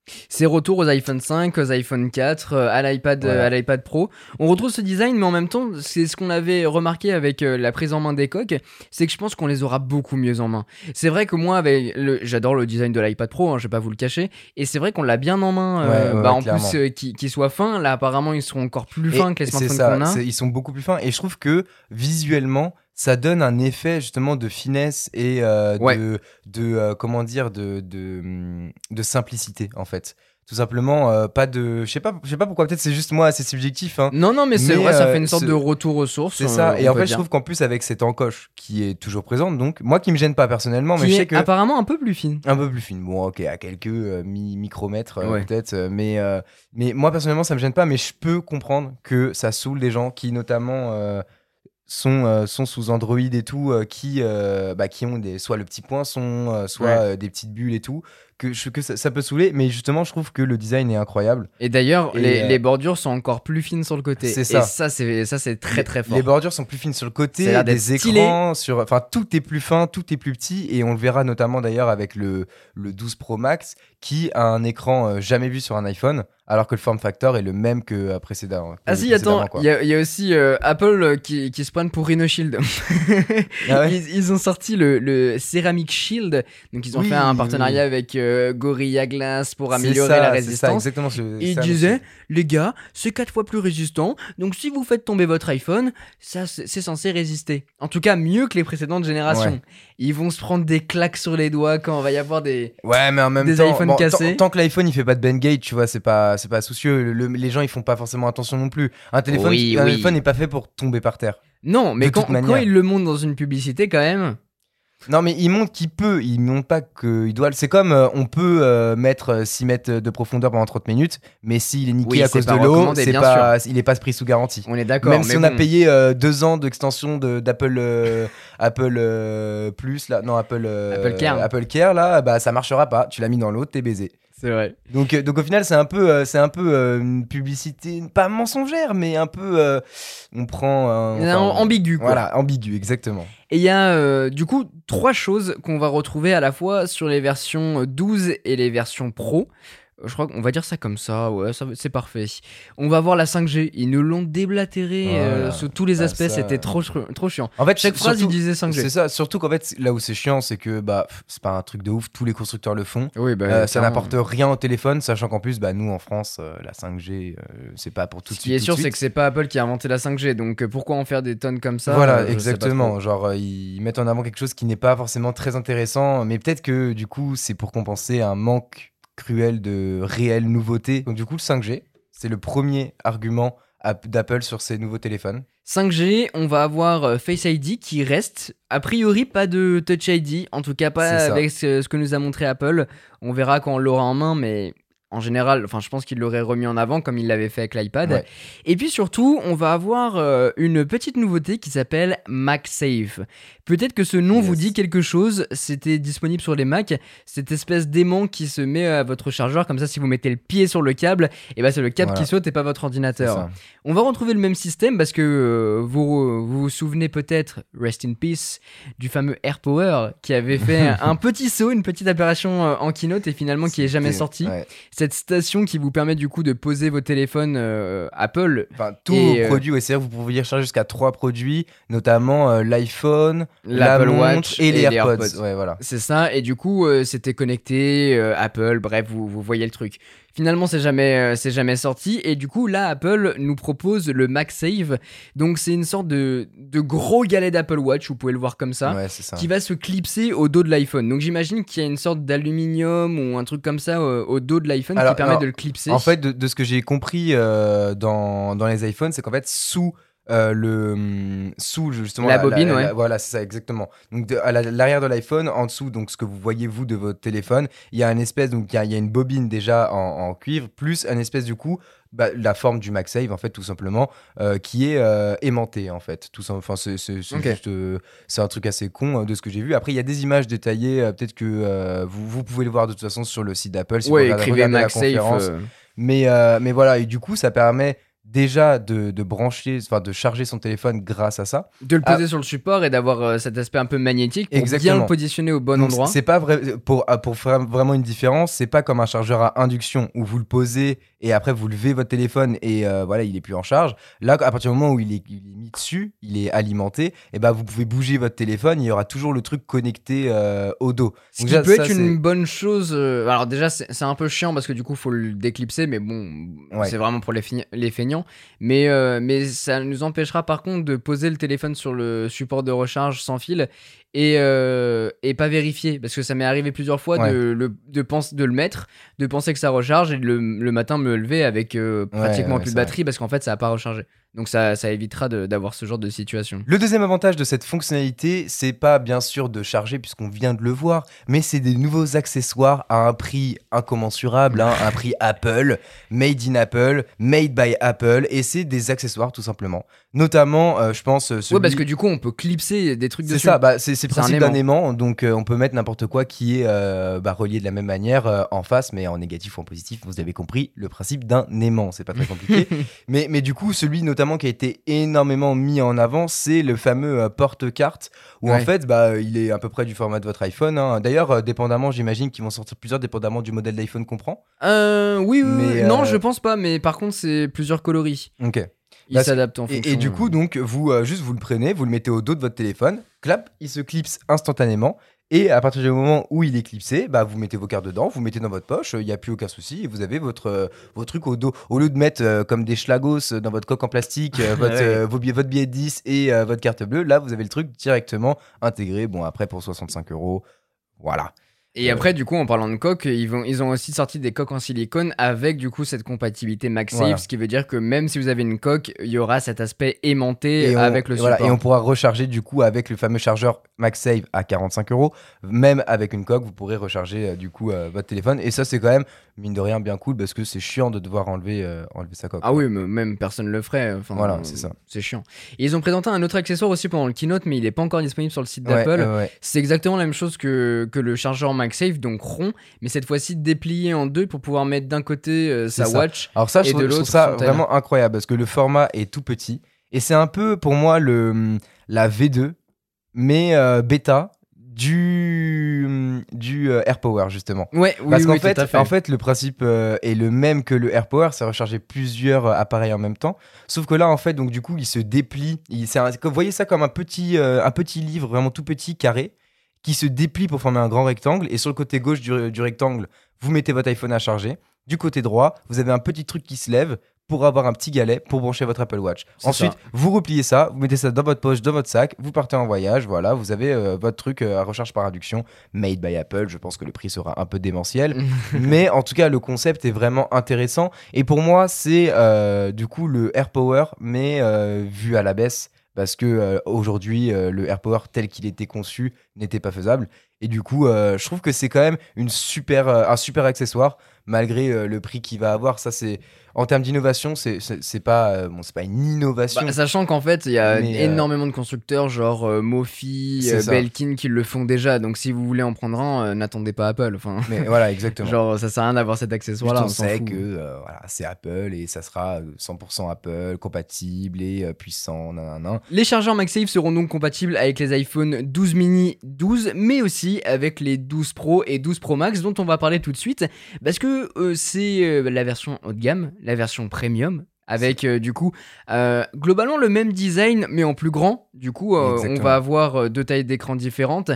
C'est retour aux iPhone 5, aux iPhone 4, à l'iPad Pro. On retrouve ce design, mais en même temps, c'est ce qu'on avait remarqué avec la prise en main des coques, c'est que je pense qu'on les aura beaucoup mieux en main. C'est vrai que moi, j'adore le design de l'iPad Pro, hein, je vais pas vous le cacher, et c'est vrai qu'on l'a bien en main. En clairement. plus, qu'il soit fin, là apparemment ils seront encore plus fins que les smartphones qu'on a. Ils sont beaucoup plus fins, et je trouve que visuellement, ça donne un effet justement de finesse et comment dire, de simplicité en fait. Tout simplement, pas de. Je sais pas pourquoi, peut-être c'est juste moi, c'est subjectif. Hein, non, mais c'est vrai, ça fait une sorte de retour aux sources. C'est ça, et en fait, je trouve qu'en plus, avec cette encoche qui est toujours présente, donc, moi qui me gêne pas personnellement, mais je sais que. Apparemment un peu plus fine. Un peu plus fine, bon, ok, à quelques micromètres peut-être, mais moi personnellement, ça me gêne pas, mais je peux comprendre que ça saoule des gens qui, notamment. Sont sous Android et tout, qui ont soit le petit poinçon, soit des petites bulles et tout, que ça peut saouler, mais justement, je trouve que le design est incroyable. Et d'ailleurs, les bordures sont encore plus fines sur le côté. C'est ça. Et ça, c'est très très fort. Les bordures sont plus fines sur le côté, des écrans, enfin tout est plus fin, tout est plus petit, et on le verra notamment d'ailleurs avec le 12 Pro Max, qui a un écran jamais vu sur un iPhone, alors que le form factor est le même que précédemment. Ah si, attends, il y a aussi Apple qui se prennent pour Rhino Shield. Ah ouais. Ils ont sorti le Ceramic Shield, donc ils ont fait un partenariat avec Gorilla Glass pour améliorer la résistance. C'est ça, exactement. Et ils disaient, les gars, c'est 4 fois plus résistant, donc si vous faites tomber votre iPhone, ça c'est censé résister. En tout cas, mieux que les précédentes générations. Ouais. Ils vont se prendre des claques sur les doigts quand il va y avoir des mais en même temps, iPhones cassés. Tant que l'iPhone il fait pas de Bengate, tu vois, c'est pas soucieux. Les gens ils font pas forcément attention non plus. Un téléphone n'est pas fait pour tomber par terre. Non, mais quand il le montre dans une publicité quand même. Non, mais il montre qu'il peut, il montre pas qu'il doit. C'est comme on peut mettre 6 mètres de profondeur pendant 30 minutes, mais s'il est niqué à cause de l'eau, il n'est pas pris sous garantie. On est d'accord. Même si on a payé 2 ans d'extension d'Apple Plus, là, non, Apple Care, là, bah ça marchera pas. Tu l'as mis dans l'eau, t'es baisé. C'est vrai. Donc au final, c'est un peu une publicité, pas mensongère, mais un peu. On prend. Ambigu, quoi. Voilà, ambigu, exactement. Et il y a du coup 3 choses qu'on va retrouver à la fois sur les versions 12 et les versions Pro. Je crois qu'on va dire ça comme ça, ouais, c'est parfait. On va voir la 5G, ils nous l'ont déblatéré sous tous les aspects, c'était trop chiant. En fait, chaque phrase, ils disaient 5G. C'est ça, surtout qu'en fait, là où c'est chiant, c'est que c'est pas un truc de ouf, tous les constructeurs le font. Oui, ça n'apporte rien au téléphone, sachant qu'en plus, nous en France, la 5G, c'est pas pour tout de suite. Ce qui est sûr, c'est que c'est pas Apple qui a inventé la 5G, donc pourquoi en faire des tonnes comme ça? Voilà, exactement. Genre, ils mettent en avant quelque chose qui n'est pas forcément très intéressant, mais peut-être que du coup, c'est pour compenser un manque cruel de réelles nouveautés. Donc du coup, le 5G, c'est le premier argument d'Apple sur ses nouveaux téléphones. 5G, on va avoir Face ID qui reste. A priori, pas de Touch ID, en tout cas pas avec ce que nous a montré Apple. On verra quand on l'aura en main, mais en général, je pense qu'il l'aurait remis en avant comme il l'avait fait avec l'iPad. Ouais. Et puis surtout, on va avoir une petite nouveauté qui s'appelle MagSafe. Peut-être que ce nom vous dit quelque chose, c'était disponible sur les Mac, cette espèce d'aimant qui se met à votre chargeur, comme ça si vous mettez le pied sur le câble, et c'est le câble qui saute et pas votre ordinateur. On va retrouver le même système parce que vous souvenez peut-être, rest in peace, du fameux AirPower qui avait fait un petit saut, une petite apparition en keynote et finalement qui est jamais sorti. Ouais. Cette station qui vous permet du coup de poser vos téléphones Apple. Tous vos produits, c'est-à-dire vous pouvez recharger jusqu'à 3 produits, notamment l'iPhone, l'Apple Watch et les AirPods. Ouais, voilà. C'est ça, et du coup c'était connecté, Apple, bref, vous voyez le truc. Finalement, c'est jamais sorti, et du coup, là, Apple nous propose le MagSafe. Donc, c'est une sorte de gros galet d'Apple Watch, vous pouvez le voir comme ça, qui va se clipser au dos de l'iPhone. Donc, j'imagine qu'il y a une sorte d'aluminium ou un truc comme ça au dos de l'iPhone qui permet de le clipser. En fait, de ce que j'ai compris dans les iPhones, c'est qu'en fait, sous justement la bobine, voilà, c'est ça exactement. Donc à l'arrière de l'iPhone, en dessous, donc ce que vous voyez vous de votre téléphone, il y a une espèce, donc il y a une bobine déjà en cuivre, plus une espèce du coup la forme du MagSafe en fait, tout simplement, qui est aimantée en fait. C'est un truc assez con de ce que j'ai vu. Après il y a des images détaillées, peut-être que vous pouvez le voir de toute façon sur le site d'Apple si vous regardez la conférence. Mais voilà, et du coup ça permet déjà de brancher, enfin de charger son téléphone grâce à ça. De le poser sur le support et d'avoir cet aspect un peu magnétique pour bien le positionner au bon endroit. C'est pas vrai, pour faire vraiment une différence, c'est pas comme un chargeur à induction où vous le posez et après vous levez votre téléphone et voilà, il est plus en charge. Là, à partir du moment où il est mis dessus, il est alimenté, et ben vous pouvez bouger votre téléphone, il y aura toujours le truc connecté au dos. Ce qui peut être une bonne chose. Alors déjà, c'est un peu chiant parce que du coup, faut le déclipser, mais bon, c'est vraiment pour les feignants. Mais ça nous empêchera par contre de poser le téléphone sur le support de recharge sans fil et pas vérifier, parce que ça m'est arrivé plusieurs fois de le mettre, de penser que ça recharge et le matin me lever avec pratiquement plus de batterie parce qu'en fait ça n'a pas rechargé. Donc ça évitera d'avoir ce genre de situation. Le deuxième avantage de cette fonctionnalité, c'est pas bien sûr de charger puisqu'on vient de le voir, mais c'est des nouveaux accessoires à un prix incommensurable, un prix Apple, made in Apple, made by Apple, et c'est des accessoires tout simplement. Notamment, je pense... Ouais, parce que du coup on peut clipser des trucs dessus. C'est ça, c'est le principe d'un aimant, donc on peut mettre n'importe quoi qui est relié de la même manière en face, mais en négatif ou en positif, vous avez compris le principe d'un aimant, c'est pas très compliqué. mais du coup, celui notamment qui a été énormément mis en avant, c'est le fameux porte-carte où en fait il est à peu près du format de votre iPhone, hein. D'ailleurs dépendamment, j'imagine qu'ils vont sortir plusieurs dépendamment du modèle d'iPhone qu'on prend. Oui, non, je pense pas, mais par contre c'est plusieurs coloris. Ok. Il s'adapte en fonction. Et du coup, donc, vous vous le prenez, vous le mettez au dos de votre téléphone, clap, il se clipse instantanément. Et à partir du moment où il est clipsé, vous mettez vos cartes dedans, vous mettez dans votre poche, il n'y a plus aucun souci, et vous avez votre truc au dos. Au lieu de mettre comme des schlagos dans votre coque en plastique, votre billet de 10 et votre carte bleue, là, vous avez le truc directement intégré. Bon, après, pour 65 €, voilà. Et après, du coup, en parlant de coques, ils ont aussi sorti des coques en silicone avec du coup cette compatibilité MagSafe, ce qui veut dire que même si vous avez une coque, il y aura cet aspect aimanté avec le support. Et on pourra recharger du coup avec le fameux chargeur MagSafe à 45 €. Même avec une coque, vous pourrez recharger du coup votre téléphone. Et ça, c'est quand même, mine de rien, bien cool parce que c'est chiant de devoir enlever sa coque. Ah oui, mais même personne le ferait. Enfin, voilà, c'est ça. C'est chiant. Et ils ont présenté un autre accessoire aussi pendant le keynote, mais il n'est pas encore disponible sur le site d'Apple. C'est exactement la même chose que le chargeur MagSafe, donc rond, mais cette fois-ci déplié en deux pour pouvoir mettre d'un côté sa watch. Alors ça, je trouve ça vraiment incroyable parce que le format est tout petit et c'est un peu pour moi la V2 mais bêta du AirPower justement. Parce qu'en fait le principe est le même que le AirPower, c'est recharger plusieurs appareils en même temps. Sauf que là en fait donc du coup il se déplie. Vous voyez ça comme un petit livre vraiment tout petit carré qui se déplie pour former un grand rectangle, et sur le côté gauche du rectangle, vous mettez votre iPhone à charger. Du côté droit, vous avez un petit truc qui se lève pour avoir un petit galet pour brancher votre Apple Watch. Ensuite, vous repliez ça, vous mettez ça dans votre poche, dans votre sac, vous partez en voyage, voilà, vous avez votre truc à recharge par induction, made by Apple. Je pense que le prix sera un peu démentiel, mais en tout cas, le concept est vraiment intéressant. Et pour moi, c'est du coup le AirPower, mais vu à la baisse. Parce que aujourd'hui, le AirPower tel qu'il était conçu n'était pas faisable. Et du coup, je trouve que c'est quand même un super accessoire, malgré le prix qu'il va avoir. Ça, c'est en termes d'innovation, c'est pas une innovation. Sachant qu'en fait, il y a énormément de constructeurs, genre Mofi, Belkin, qui le font déjà. Donc, si vous voulez en prendre un, n'attendez pas Apple. Enfin, mais voilà, exactement. Genre, ça sert à rien d'avoir cet accessoire-là. On sait que voilà, c'est Apple et ça sera 100% Apple, compatible et puissant. Les chargeurs MagSafe seront donc compatibles avec les iPhone 12 mini 12, mais aussi avec les 12 Pro et 12 Pro Max, dont on va parler tout de suite, parce que c'est la version haut de gamme, la version premium, avec du coup globalement le même design mais en plus grand. Du coup on va avoir deux tailles d'écran différentes,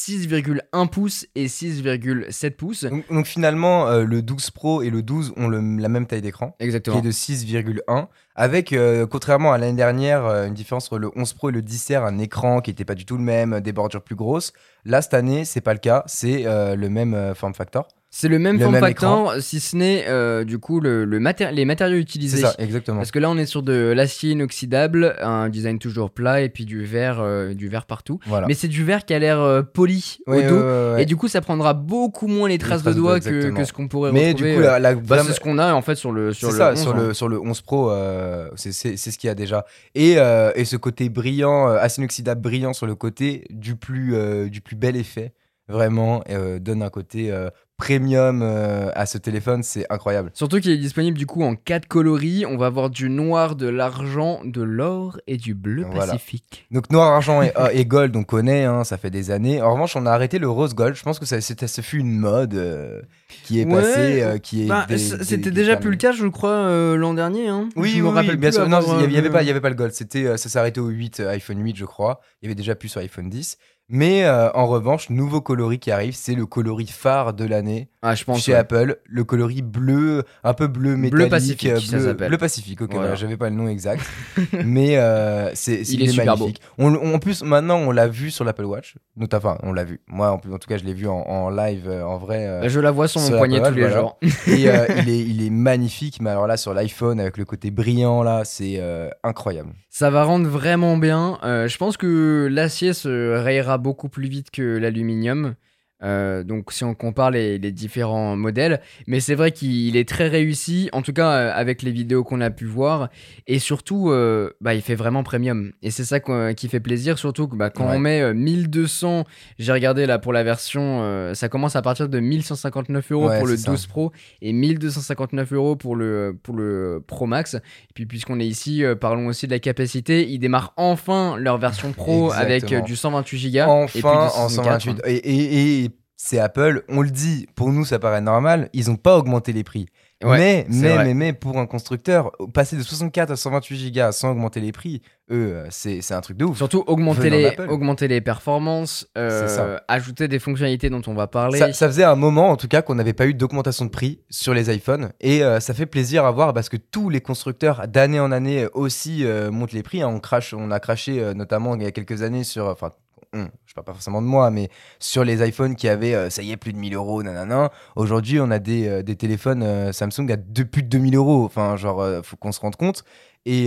6,1 pouces et 6,7 pouces. Donc finalement le 12 Pro et le 12 ont la même taille d'écran. Exactement. Qui est de 6,1, avec contrairement à l'année dernière une différence entre le 11 Pro et le 10R, un écran qui n'était pas du tout le même, des bordures plus grosses. Là cette année c'est pas le cas, c'est le même form factor. C'est le même form factor, si ce n'est du coup les matériaux utilisés. C'est ça, exactement. Parce que là, on est sur de l'acier inoxydable, un design toujours plat et puis du verre partout. Voilà. Mais c'est du verre qui a l'air poli au dos. Et du coup, ça prendra beaucoup moins les traces de doigts que ce qu'on pourrait retrouver. Mais du coup, c'est ce qu'on a en fait sur le 11 Pro, c'est ce qu'il y a déjà. Et ce côté brillant, acier inoxydable brillant sur le côté du plus bel effet. Vraiment, donne un côté premium à ce téléphone, c'est incroyable. Surtout qu'il est disponible du coup en 4 coloris. On va avoir du noir, de l'argent, de l'or et du bleu Pacifique. Donc noir, argent et gold, on connaît, hein, ça fait des années. En revanche, on a arrêté le rose gold. Je pense que ce fut une mode qui est passée, c'était déjà plus le cas, je crois, l'an dernier. Hein. Oui, bien sûr. Non, il y avait pas le gold. Ça s'est arrêté au 8, iPhone 8, je crois. Il y avait déjà plus sur iPhone 10. Mais en revanche, nouveau coloris qui arrive, c'est le coloris phare de l'année chez Apple. Le coloris bleu, un peu bleu métallique. Bleu Pacifique, ça s'appelle. Bleu Pacifique, ok, voilà, j'avais pas le nom exact. Mais il est super magnifique. En plus, maintenant, on l'a vu sur l'Apple Watch. Enfin, on l'a vu. Moi, en tout cas, je l'ai vu en live, en vrai. Je la vois sur mon poignet tous les jours. Et il est magnifique. Mais alors là, sur l'iPhone, avec le côté brillant, là, c'est incroyable. Ça va rendre vraiment bien. Je pense que l'acier se rayera beaucoup plus vite que l'aluminium. Donc si on compare les différents modèles, mais c'est vrai qu'il est très réussi, en tout cas avec les vidéos qu'on a pu voir, et surtout il fait vraiment premium, et c'est ça qui fait plaisir, surtout que quand on met 1200, j'ai regardé là pour la version, ça commence à partir de 1159€ pour le 12 Pro et 1259€ pour le Pro Max. Et puis puisqu'on est ici, parlons aussi de la capacité. Ils démarrent enfin leur version Pro avec du 128 Go enfin, et puis du en 128 et c'est Apple, on le dit, pour nous ça paraît normal, ils n'ont pas augmenté les prix. Mais pour un constructeur, passer de 64 à 128 Go sans augmenter les prix, c'est un truc de ouf. Surtout augmenter les performances, ajouter des fonctionnalités dont on va parler. Ça faisait un moment en tout cas qu'on n'avait pas eu d'augmentation de prix sur les iPhones, et ça fait plaisir à voir parce que tous les constructeurs d'année en année aussi montent les prix. On a craché notamment il y a quelques années sur... je parle pas forcément de moi, mais sur les iPhones qui avaient, ça y est, plus de 1000€, nanana. Aujourd'hui, on a des téléphones Samsung à plus de 2000€. Enfin, faut qu'on se rende compte. Mais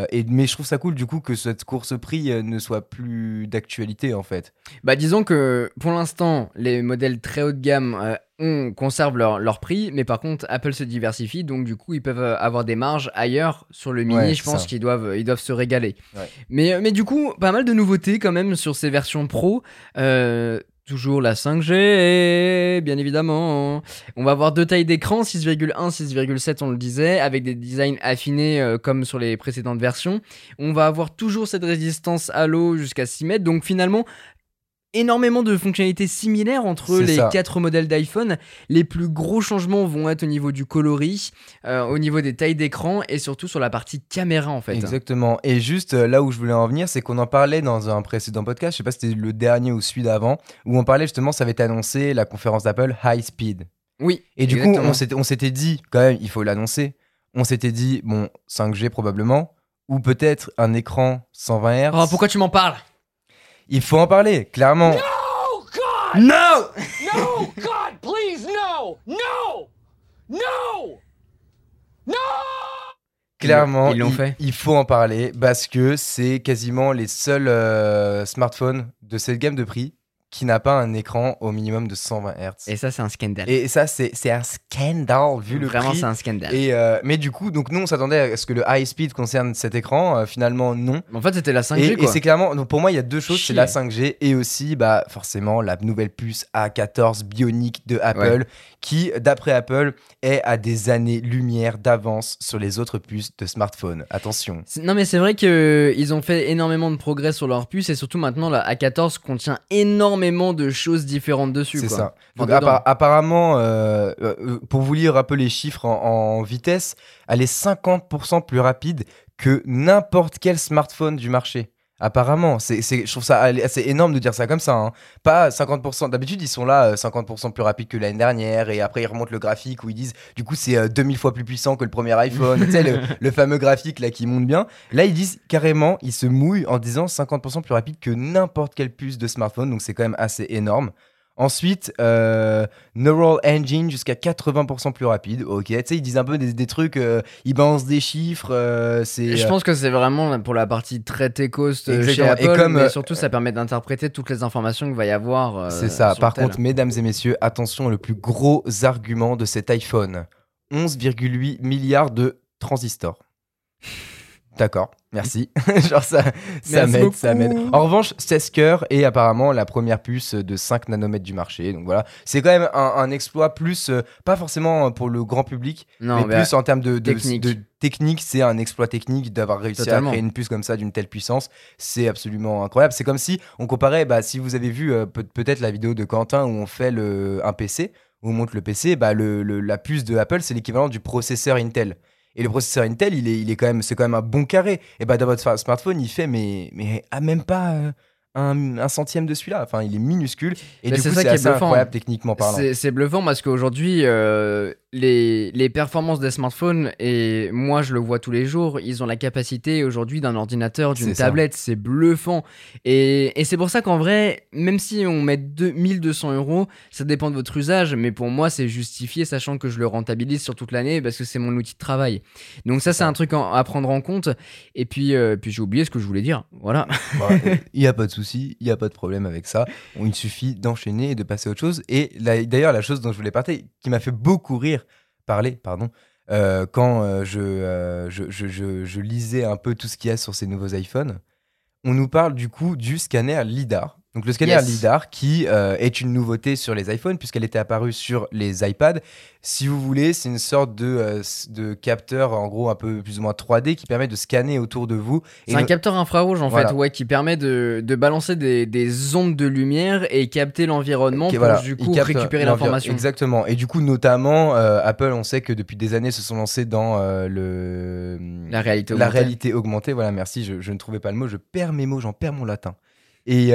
je trouve ça cool, du coup, que cette course prix ne soit plus d'actualité, en fait. Disons que, pour l'instant, les modèles très haut de gamme conservent leur prix, mais par contre, Apple se diversifie, donc du coup, ils peuvent avoir des marges ailleurs sur le mini. Je pense qu'ils doivent se régaler. Ouais. Mais du coup, pas mal de nouveautés quand même sur ces versions Pro. Toujours la 5G, bien évidemment. On va avoir 2 tailles d'écran, 6,1, 6,7, on le disait, avec des designs affinés comme sur les précédentes versions. On va avoir toujours cette résistance à l'eau jusqu'à 6 mètres, donc finalement... énormément de fonctionnalités similaires entre les 4 modèles d'iPhone. Les plus gros changements vont être au niveau du coloris, au niveau des tailles d'écran et surtout sur la partie caméra en fait. Exactement. Et juste là où je voulais en venir, c'est qu'on en parlait dans un précédent podcast, je sais pas si c'était le dernier ou celui d'avant, où on parlait justement, ça avait été annoncé, la conférence d'Apple High Speed. Oui. Et du coup, on s'était dit, quand même, il faut l'annoncer. On s'était dit, 5G probablement, ou peut-être un écran 120 Hz. Oh, pourquoi tu m'en parles ? Il faut en parler, clairement. No, God! No! No, God, please, no! No! No! No! Clairement, ils l'ont fait. Il faut en parler parce que c'est quasiment les seuls smartphones de cette gamme de prix qui n'a pas un écran au minimum de 120 Hz. Et ça, c'est un scandale. Et ça, c'est un scandale vu le prix. Vraiment, c'est un scandale. Mais du coup, donc nous, on s'attendait à ce que le high speed concerne cet écran. Finalement, non. En fait, c'était la 5G, quoi. Et c'est clairement... Donc pour moi, il y a deux choses. C'est la 5G et aussi, forcément, la nouvelle puce A14 Bionic de Apple qui, d'après Apple, est à des années-lumière d'avance sur les autres puces de smartphone. Attention. Non, mais c'est vrai qu'ils ont fait énormément de progrès sur leur puce et surtout maintenant, la A14 contient énormément de choses différentes dessus. C'est quoi. ça. Donc apparemment, pour vous lire un peu les chiffres en vitesse, elle est 50% plus rapide que n'importe quel smartphone du marché. Apparemment, je trouve ça assez énorme de dire ça comme ça. Hein. Pas 50%. D'habitude, ils sont là 50% plus rapides que l'année dernière. Et après, ils remontent le graphique où ils disent du coup, c'est 2000 fois plus puissant que le premier iPhone. Tu sais, le fameux graphique là qui monte bien. Là, ils disent carrément, ils se mouillent en disant 50% plus rapide que n'importe quelle puce de smartphone. Donc, c'est quand même assez énorme. Ensuite, Neural Engine jusqu'à 80% plus rapide. Ok, tu sais, ils disent un peu des trucs, ils balancent des chiffres. Je pense que c'est vraiment pour la partie très techos chez Apple, mais surtout ça permet d'interpréter toutes les informations qu'il va y avoir. C'est ça. Par contre, mesdames et messieurs, attention, le plus gros argument de cet iPhone, 11,8 milliards de transistors. D'accord, merci. Genre Merci ça m'aide. beaucoup. En revanche, 16 cœurs est apparemment la première puce de 5 nanomètres du marché. Donc voilà, c'est quand même un exploit plus, pas forcément pour le grand public, Non, mais plus en termes de technique. c'est un exploit technique d'avoir réussi Totalement. à créer une puce comme ça d'une telle puissance. C'est absolument incroyable. C'est comme si on comparait, si vous avez vu peut-être la vidéo de Quentin où on fait un PC, où on monte le PC, la puce de Apple, c'est l'équivalent du processeur Intel. Et le processeur Intel, c'est quand même un bon carré. Et dans votre smartphone, il fait mais même pas un centième de celui-là. Enfin, il est minuscule. Et Mais du c'est coup, ça c'est qui est assez bluffant. incroyable techniquement parlant. C'est bluffant parce qu'aujourd'hui, les performances des smartphones, et moi je le vois tous les jours, ils ont la capacité aujourd'hui d'un ordinateur, d'une C'est ça. tablette, c'est bluffant. Et c'est pour ça qu'en vrai, même si on met 1200 €, ça dépend de votre usage, mais pour moi c'est justifié, sachant que je le rentabilise sur toute l'année parce que c'est mon outil de travail. Donc ça, c'est un truc à prendre en compte. Et puis j'ai oublié ce que je voulais dire. Voilà. Il n'y a pas de souci, il n'y a pas de problème avec ça. Il suffit d'enchaîner et de passer à autre chose. Et d'ailleurs, la chose dont je voulais parler, qui m'a fait beaucoup parler, quand je lisais un peu tout ce qu'il y a sur ces nouveaux iPhones, on nous parle du coup du scanner LiDAR. Donc le scanner Yes. LiDAR qui est une nouveauté sur les iPhones puisqu'elle était apparue sur les iPads. Si vous voulez, c'est une sorte de capteur en gros un peu plus ou moins 3D qui permet de scanner autour de vous. C'est un capteur infrarouge en Voilà. fait, ouais, qui permet de balancer des ondes de lumière et capter l'environnement Ok, pour voilà. du Il coup capte récupérer l'information. Exactement. Et du coup, notamment, Apple, on sait que depuis des années, se sont lancés dans La réalité la augmentée. réalité augmentée. Voilà, merci. Je ne trouvais pas le mot. Je perds mes mots, j'en perds mon latin. Et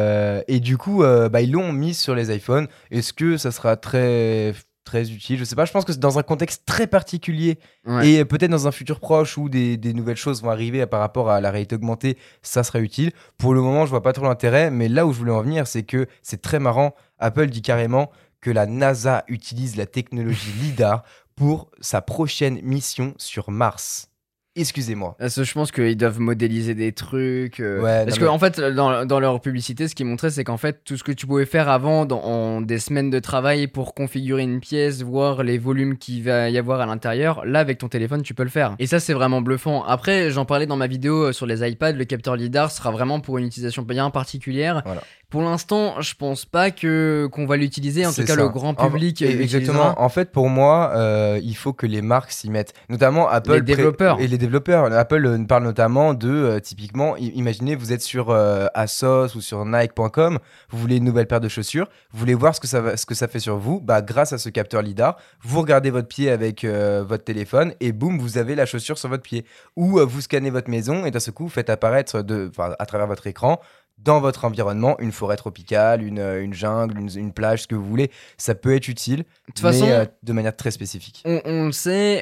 du coup, ils l'ont mis sur les iPhones. Est-ce que ça sera très très utile? Je sais pas. Je pense que c'est dans un contexte très particulier Ouais. et peut-être dans un futur proche où des nouvelles choses vont arriver par rapport à la réalité augmentée, ça sera utile. Pour le moment, je vois pas trop l'intérêt, mais là où je voulais en venir, c'est que c'est très marrant. Apple dit carrément que la NASA utilise la technologie LiDAR pour sa prochaine mission sur Mars. Excusez-moi. Parce que je pense qu'ils doivent modéliser des trucs. Ouais, Parce non, que en fait, dans leur publicité, ce qu'ils montraient, c'est qu'en fait, tout ce que tu pouvais faire avant, en des semaines de travail pour configurer une pièce, voir les volumes qu'il va y avoir à l'intérieur, là, avec ton téléphone, tu peux le faire. Et ça, c'est vraiment bluffant. Après, j'en parlais dans ma vidéo sur les iPads, le capteur LiDAR sera vraiment pour une utilisation bien particulière. Voilà. Pour l'instant, je pense pas qu'on va l'utiliser. En C'est tout cas, ça. le grand public l'utilisera. Exactement. En fait, pour moi, il faut que les marques s'y mettent. Notamment Apple. Les développeurs. Et les développeurs. Apple parle notamment de, typiquement, imaginez, vous êtes sur ASOS ou sur Nike.com, vous voulez une nouvelle paire de chaussures, vous voulez voir ce que ça fait sur vous, grâce à ce capteur LiDAR, vous regardez votre pied avec votre téléphone et boum, vous avez la chaussure sur votre pied. Ou vous scannez votre maison et d'un seul coup, vous faites apparaître à travers votre écran, dans votre environnement, une forêt tropicale, une jungle, une plage, ce que vous voulez. Ça peut être utile, De toute façon, de manière très spécifique. On le sait,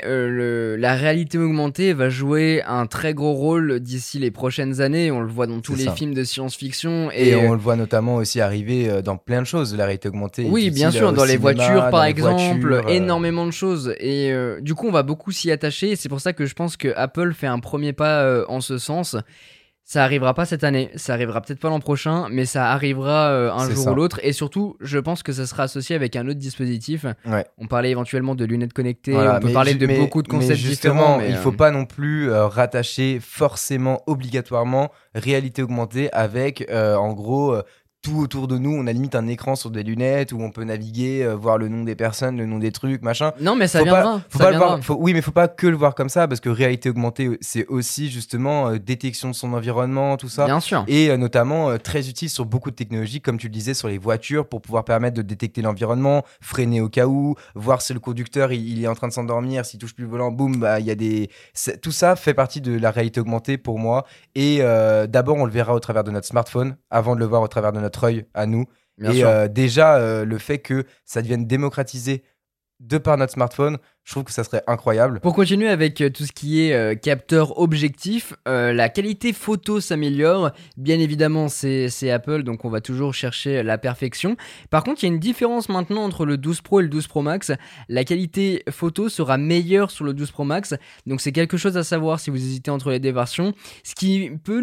la réalité augmentée va jouer un très gros rôle d'ici les prochaines années. On le voit dans tous C'est les ça. films de science-fiction. Et on le voit notamment aussi arriver dans plein de choses, la réalité augmentée. Oui, est bien utile sûr, au dans les cinéma, voitures dans par les exemple, voitures, énormément de choses. Et du coup, on va beaucoup s'y attacher. Et c'est pour ça que je pense que Apple fait un premier pas en ce sens. Ça arrivera pas cette année, ça arrivera peut-être pas l'an prochain, mais ça arrivera un C'est jour ça. ou l'autre. Et surtout, je pense que ça sera associé avec un autre dispositif. Ouais. On parlait éventuellement de lunettes connectées, Voilà, on peut parler de beaucoup de concepts différents. Mais il faut pas non plus rattacher forcément, obligatoirement, réalité augmentée avec, en gros, tout autour de nous. On a limite un écran sur des lunettes où on peut naviguer, voir le nom des personnes, le nom des trucs, machin. Non, mais ça Faut viendra. Faut ça pas le viendra. voir, oui, mais faut pas que le voir comme ça parce que réalité augmentée, c'est aussi justement détection de son environnement, tout ça. Bien sûr. Et notamment très utile sur beaucoup de technologies, comme tu le disais, sur les voitures, pour pouvoir permettre de détecter l'environnement, freiner au cas où, voir si le conducteur il est en train de s'endormir, s'il touche plus le volant, boum, il y a des... Tout ça fait partie de la réalité augmentée pour moi. Et d'abord, on le verra au travers de notre smartphone, avant de le voir au travers de notre œil à nous. Bien et sûr. déjà, le fait que ça devienne démocratisé de par notre smartphone, je trouve que ça serait incroyable. Pour continuer avec tout ce qui est capteur objectif, la qualité photo s'améliore. Bien évidemment, c'est Apple, donc on va toujours chercher la perfection. Par contre, il y a une différence maintenant entre le 12 Pro et le 12 Pro Max. La qualité photo sera meilleure sur le 12 Pro Max, donc c'est quelque chose à savoir si vous hésitez entre les deux versions. Ce qui peut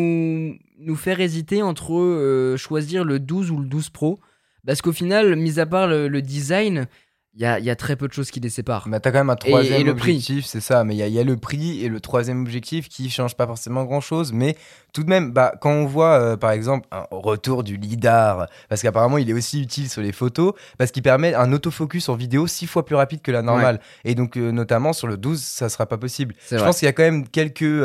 nous faire hésiter entre choisir le 12 ou le 12 Pro. Parce qu'au final, mis à part le design, Il y a très peu de choses qui les séparent. Mais t'as quand même un troisième le prix. objectif, c'est ça. Mais il y a le prix et le troisième objectif qui change pas forcément grand-chose. Mais tout de même, bah, quand on voit par exemple un retour du lidar, parce qu'apparemment il est aussi utile sur les photos, parce qu'il permet un autofocus en vidéo 6 fois plus rapide que la normale. Et donc notamment sur le 12, ça sera pas possible. Je pense qu'il y a quand même quelques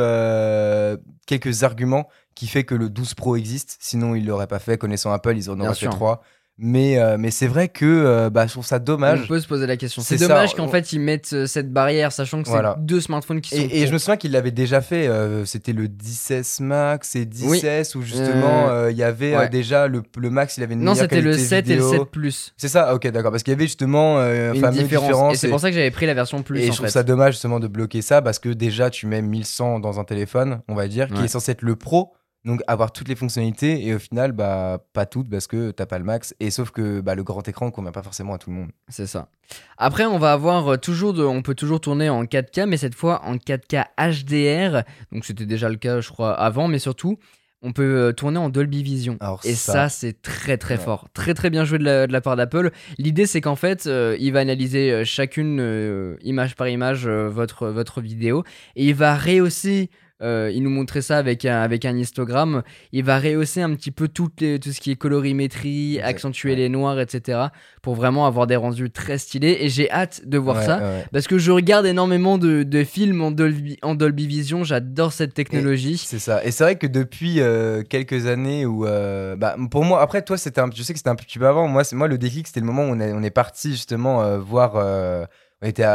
arguments qui fait que le 12 Pro existe. Sinon ils l'auraient pas fait. Connaissant Apple, ils en auraient fait 3. Mais c'est vrai que je trouve ça dommage. On peut se poser la question. C'est ça, dommage qu'en fait ils mettent cette barrière, sachant que c'est 2 smartphones qui sont. Et je me souviens qu'ils l'avaient déjà fait. C'était le 10S Max et 10S où justement il y avait déjà le Max, il avait une meilleure qualité vidéo. Non, c'était le 7 et le 7 Plus. C'est ça, ok, d'accord. Parce qu'il y avait justement une fameuse différence. Et c'est pour ça que j'avais pris la version Plus. Et je trouve ça dommage justement de bloquer ça parce que déjà tu mets 1100 dans un téléphone, on va dire, qui est censé être le Pro. Donc avoir toutes les fonctionnalités et au final pas toutes parce que t'as pas le max et sauf que le grand écran convient pas forcément à tout le monde. C'est ça. Après on va avoir on peut toujours tourner en 4K mais cette fois en 4K HDR. Donc c'était déjà le cas je crois avant, mais surtout on peut tourner en Dolby Vision. Alors et ça c'est très très fort. Très très bien joué de la part d'Apple. L'idée c'est qu'en fait il va analyser chacune image par image votre vidéo et il va rehausser. Il nous montrait ça avec un histogramme. Il va rehausser un petit peu tout ce qui est colorimétrie, accentuer les noirs, etc. pour vraiment avoir des rendus très stylés. Et j'ai hâte de voir ça parce que je regarde énormément de films en Dolby Vision. J'adore cette technologie. C'est ça. Et c'est vrai que depuis quelques années où pour moi, après toi, je sais que c'était un petit peu avant. Moi, le déclic, c'était le moment où on est parti justement voir. On était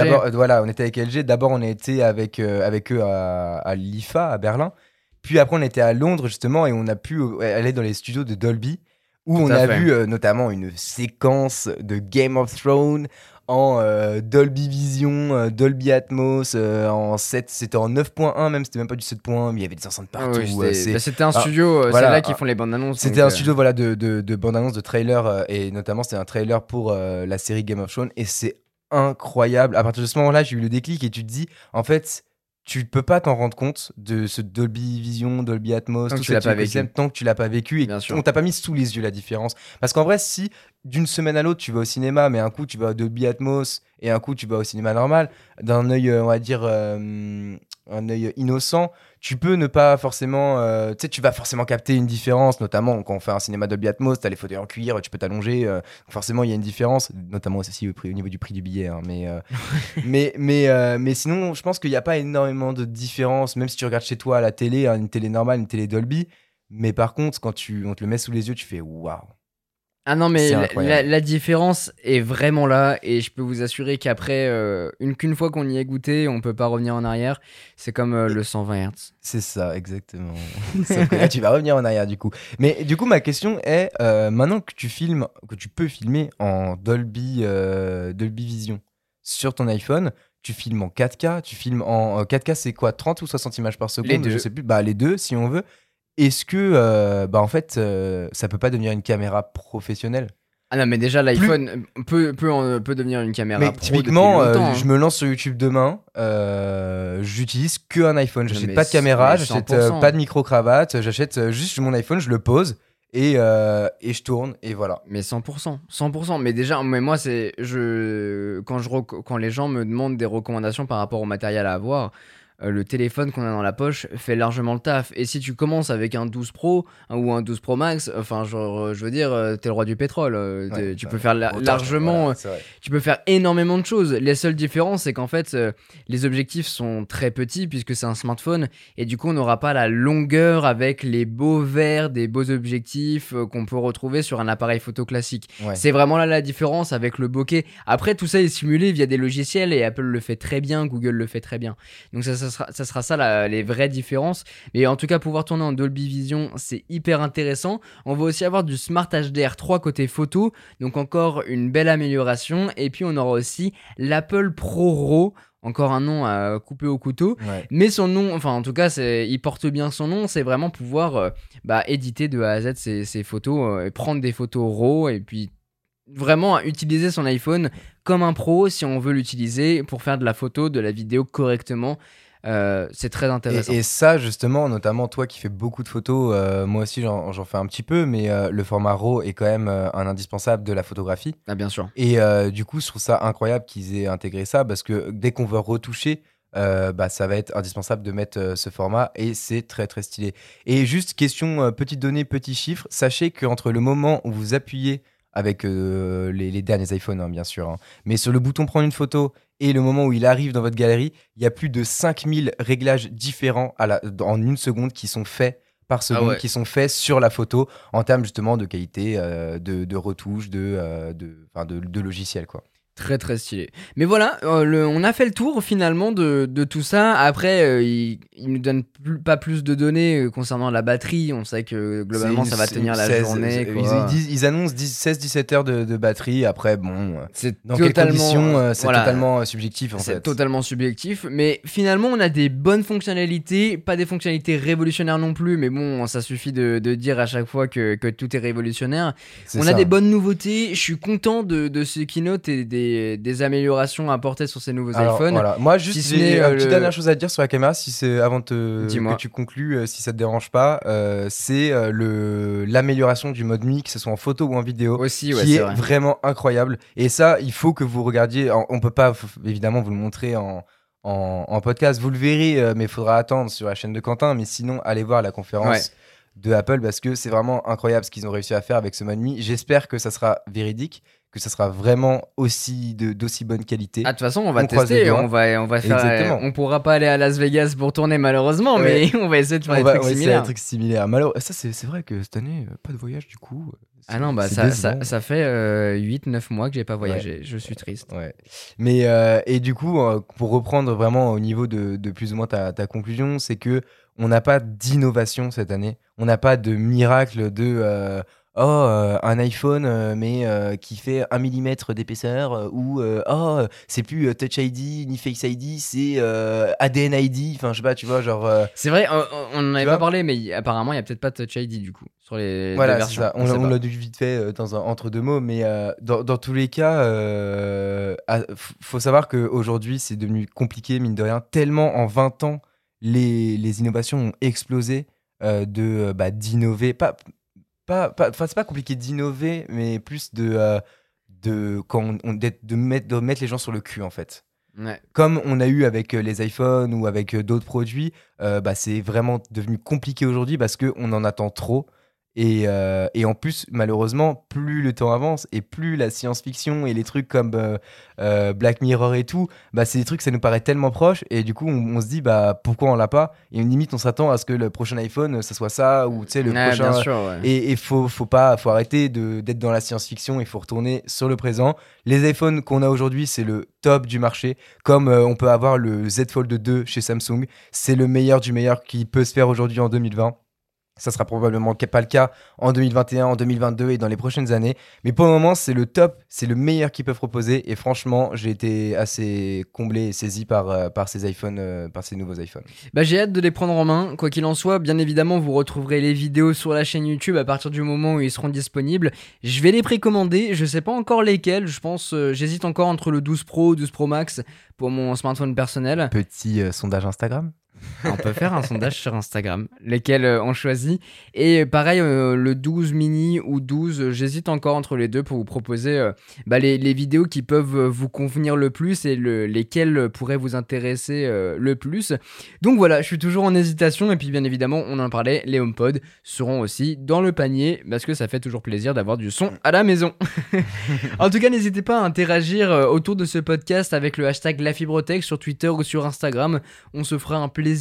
on était avec LG. D'abord, on a été avec eux à l'IFA à Berlin. Puis après, on était à Londres justement et on a pu aller dans les studios de Dolby où on a vu notamment une séquence de Game of Thrones en Dolby Vision, Dolby Atmos, c'était en 9.1 même, c'était même pas du 7.1, mais il y avait des enceintes partout. C'était un studio, c'est là qu'ils font les bandes annonces. C'était un studio de bandes annonces, de trailers, et notamment c'était un trailer pour la série Game of Thrones, et c'est incroyable. À partir de ce moment-là, j'ai eu le déclic et tu te dis, en fait, tu peux pas t'en rendre compte de ce Dolby Vision, Dolby Atmos, tant que tu l'as pas vécu. Tant que tu l'as pas vécu et on t'a pas mis sous les yeux la différence. Parce qu'en vrai, si d'une semaine à l'autre tu vas au cinéma, mais un coup tu vas au Dolby Atmos et un coup tu vas au cinéma normal, d'un œil, on va dire, un œil innocent, tu peux ne pas forcément, tu vas forcément capter une différence, notamment quand on fait un cinéma Dolby Atmos, t'as les fauteuils en cuir, tu peux t'allonger, forcément il y a une différence, notamment aussi au niveau du prix du billet, hein, mais sinon je pense qu'il n'y a pas énormément de différence, même si tu regardes chez toi à la télé, une télé normale, une télé Dolby, mais par contre quand on te le met sous les yeux, tu fais waouh. Ah non, mais la différence est vraiment là et je peux vous assurer qu'après, qu'une fois qu'on y est goûté, on peut pas revenir en arrière. C'est comme le 120 Hz. C'est ça, exactement. Sauf que là, tu vas revenir en arrière du coup. Mais du coup, ma question est, maintenant que tu peux filmer en Dolby Vision sur ton iPhone, tu filmes en 4K, tu filmes en 4K, c'est quoi, 30 ou 60 images par seconde? Les deux. Je sais plus. Les deux, si on veut. Est-ce que, en fait, ça peut pas devenir une caméra professionnelle? Ah non, mais déjà, l'iPhone peut devenir une caméra mais pro typiquement, depuis longtemps, je me lance sur YouTube demain, j'utilise qu'un iPhone. J'achète pas de caméra, j'achète pas de micro-cravate, j'achète juste mon iPhone, je le pose et je tourne et voilà. Mais 100%. Mais déjà, moi, quand les gens me demandent des recommandations par rapport au matériel à avoir, le téléphone qu'on a dans la poche fait largement le taf. Et si tu commences avec un 12 Pro ou un 12 Pro Max, enfin, genre, je veux dire, t'es le roi du pétrole. Tu peux faire largement. Voilà, tu peux faire énormément de choses. Les seules différences, c'est qu'en fait, les objectifs sont très petits puisque c'est un smartphone. Et du coup, on n'aura pas la longueur avec les beaux verres, des beaux objectifs qu'on peut retrouver sur un appareil photo classique. Ouais. C'est vraiment là la différence avec le bokeh. Après, tout ça est simulé via des logiciels et Apple le fait très bien, Google le fait très bien. Donc ça sera ça les vraies différences. Mais en tout cas, pouvoir tourner en Dolby Vision, c'est hyper intéressant. On va aussi avoir du Smart HDR3 côté photo, donc encore une belle amélioration. Et puis on aura aussi l'Apple ProRAW, encore un nom à couper au couteau, mais son nom, enfin en tout cas il porte bien son nom, c'est vraiment pouvoir éditer de A à Z ses photos, prendre des photos RAW et puis vraiment utiliser son iPhone comme un pro si on veut l'utiliser pour faire de la photo, de la vidéo correctement. C'est très intéressant. Et ça, justement, notamment toi qui fais beaucoup de photos, moi aussi j'en fais un petit peu, mais le format RAW est quand même un indispensable de la photographie. Ah, bien sûr. Et du coup, je trouve ça incroyable qu'ils aient intégré ça parce que dès qu'on veut retoucher, ça va être indispensable de mettre ce format et c'est très très stylé. Et juste question, petite donnée, petit chiffre, sachez qu'entre le moment où vous appuyez avec les derniers iPhones, hein, bien sûr, hein, mais sur le bouton prendre une photo et le moment où il arrive dans votre galerie, il y a plus de 5000 réglages différents en une seconde qui sont faits par seconde, qui sont faits sur la photo en termes justement de qualité, de retouche, de logiciel, quoi. Très très stylé. Mais voilà, on a fait le tour finalement de tout ça. Après, il nous donne pas plus de données concernant la batterie. On sait que globalement ça va tenir la journée. Quoi. Ils annoncent 16-17 heures de batterie. Après, bon, dans quelles totalement, conditions, c'est totalement subjectif en fait. C'est totalement subjectif. Mais finalement, on a des bonnes fonctionnalités, pas des fonctionnalités révolutionnaires non plus. Mais bon, ça suffit de dire à chaque fois que tout est révolutionnaire. On a des bonnes nouveautés. Je suis content de ce keynote et des améliorations apportées sur ces nouveaux iPhones. Voilà. Moi, juste, j'ai une petite dernière chose à dire sur la caméra, avant que tu conclues, si ça te dérange pas, c'est l'amélioration du mode MI, que ce soit en photo ou en vidéo, aussi, qui est vraiment incroyable. Et ça, il faut que vous regardiez. On peut pas, évidemment, vous le montrer en podcast, vous le verrez, mais il faudra attendre sur la chaîne de Quentin. Mais sinon, allez voir la conférence de Apple parce que c'est vraiment incroyable ce qu'ils ont réussi à faire avec ce mode MI. J'espère que ça sera véridique, que ça sera vraiment d'aussi bonne qualité. Ah, de toute façon, on va tester, on va faire. On pourra pas aller à Las Vegas pour tourner malheureusement, mais on va essayer de faire des trucs similaires. Ça, c'est vrai que cette année, pas de voyage du coup. Ah non, ça fait 8-9 mois que j'ai pas voyagé. Je suis triste. Ouais. Mais et du coup, pour reprendre vraiment au niveau de plus ou moins ta conclusion, c'est que on n'a pas d'innovation cette année. On n'a pas de miracle de un iPhone mais qui fait 1 mm d'épaisseur ou c'est plus Touch ID ni Face ID, c'est ADN ID, enfin je sais pas, tu vois, genre c'est vrai, on en avait pas parlé, mais apparemment il y a peut-être pas Touch ID du coup sur les voilà, versions. C'est ça. On l'a dit vite fait entre deux mots, mais dans tous les cas faut savoir qu'aujourd'hui c'est devenu compliqué, mine de rien, tellement en 20 ans les innovations ont explosé, d'innover, c'est pas compliqué d'innover, mais plus de mettre les gens sur le cul en fait. Ouais. Comme on a eu avec les iPhones ou avec d'autres produits, c'est vraiment devenu compliqué aujourd'hui parce qu'on en attend trop. Et en plus, malheureusement, plus le temps avance et plus la science-fiction et les trucs comme Black Mirror et tout, c'est des trucs, ça nous paraît tellement proche. Et du coup, on se dit, pourquoi on l'a pas? Et limite, on s'attend à ce que le prochain iPhone, ça soit ça, ou tu sais, le prochain. Bien sûr, ouais. Et faut arrêter d'être dans la science-fiction, il faut retourner sur le présent. Les iPhones qu'on a aujourd'hui, c'est le top du marché. Comme on peut avoir le Z Fold 2 chez Samsung, c'est le meilleur du meilleur qui peut se faire aujourd'hui en 2020. Ça sera probablement pas le cas en 2021, en 2022 et dans les prochaines années. Mais pour le moment, c'est le top, c'est le meilleur qu'ils peuvent proposer. Et franchement, j'ai été assez comblé et saisi par ces iPhones, par ces nouveaux iPhones. J'ai hâte de les prendre en main. Quoi qu'il en soit, bien évidemment, vous retrouverez les vidéos sur la chaîne YouTube à partir du moment où ils seront disponibles. Je vais les précommander. Je sais pas encore lesquels. Je pense, j'hésite encore entre le 12 Pro, 12 Pro Max pour mon smartphone personnel. Petit sondage Instagram. On peut faire un sondage sur Instagram, lesquels on choisit. Et pareil, le 12 mini ou 12, j'hésite encore entre les deux pour vous proposer les vidéos qui peuvent vous convenir le plus et lesquelles pourraient vous intéresser le plus. Donc voilà, je suis toujours en hésitation. Et puis bien évidemment, on en parlait, les HomePod seront aussi dans le panier parce que ça fait toujours plaisir d'avoir du son à la maison. En tout cas, n'hésitez pas à interagir autour de ce podcast avec le hashtag LaFibreTech sur Twitter ou sur Instagram. On se fera un plaisir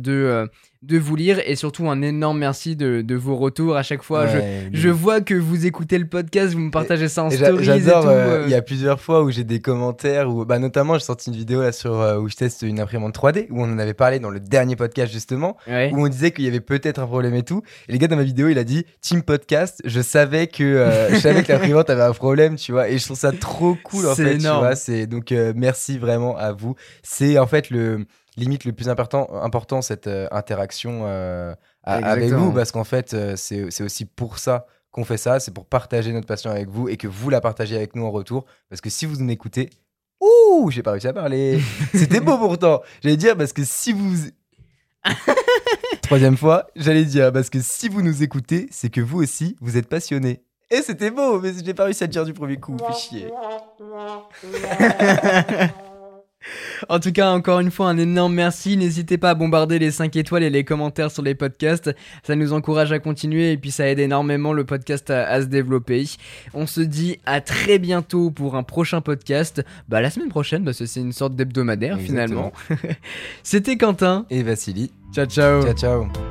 de vous lire et surtout un énorme merci de vos retours à chaque fois. Je vois que vous écoutez le podcast, vous me partagez ça en stories. J'adore, il y a plusieurs fois où j'ai des commentaires, où, notamment j'ai sorti une vidéo là où je teste une imprimante 3D, où on en avait parlé dans le dernier podcast justement, où on disait qu'il y avait peut-être un problème et tout. Et les gars dans ma vidéo, il a dit Team Podcast, je savais que l'imprimante avait un problème, tu vois, et je trouve ça trop cool en fait, énorme. Tu vois, donc merci vraiment à vous. C'est en fait limite le plus important cette interaction avec vous, parce qu'en fait c'est aussi pour ça qu'on fait ça, c'est pour partager notre passion avec vous et que vous la partagez avec nous en retour, parce que si vous nous écoutez, Ouh, j'ai pas réussi à parler. C'était beau pourtant. J'allais dire parce que si vous... Troisième fois, j'allais dire parce que si vous nous écoutez, c'est que vous aussi, vous êtes passionnés. Et c'était beau, mais j'ai pas réussi à le dire du premier coup. Fais chier. En tout cas, encore une fois, un énorme merci. N'hésitez pas à bombarder les 5 étoiles et les commentaires sur les podcasts. Ça nous encourage à continuer et puis ça aide énormément le podcast à se développer. On se dit à très bientôt pour un prochain podcast. La semaine prochaine, parce que c'est une sorte d'hebdomadaire finalement. C'était Quentin. Et Vassili. Ciao, ciao. Ciao, ciao.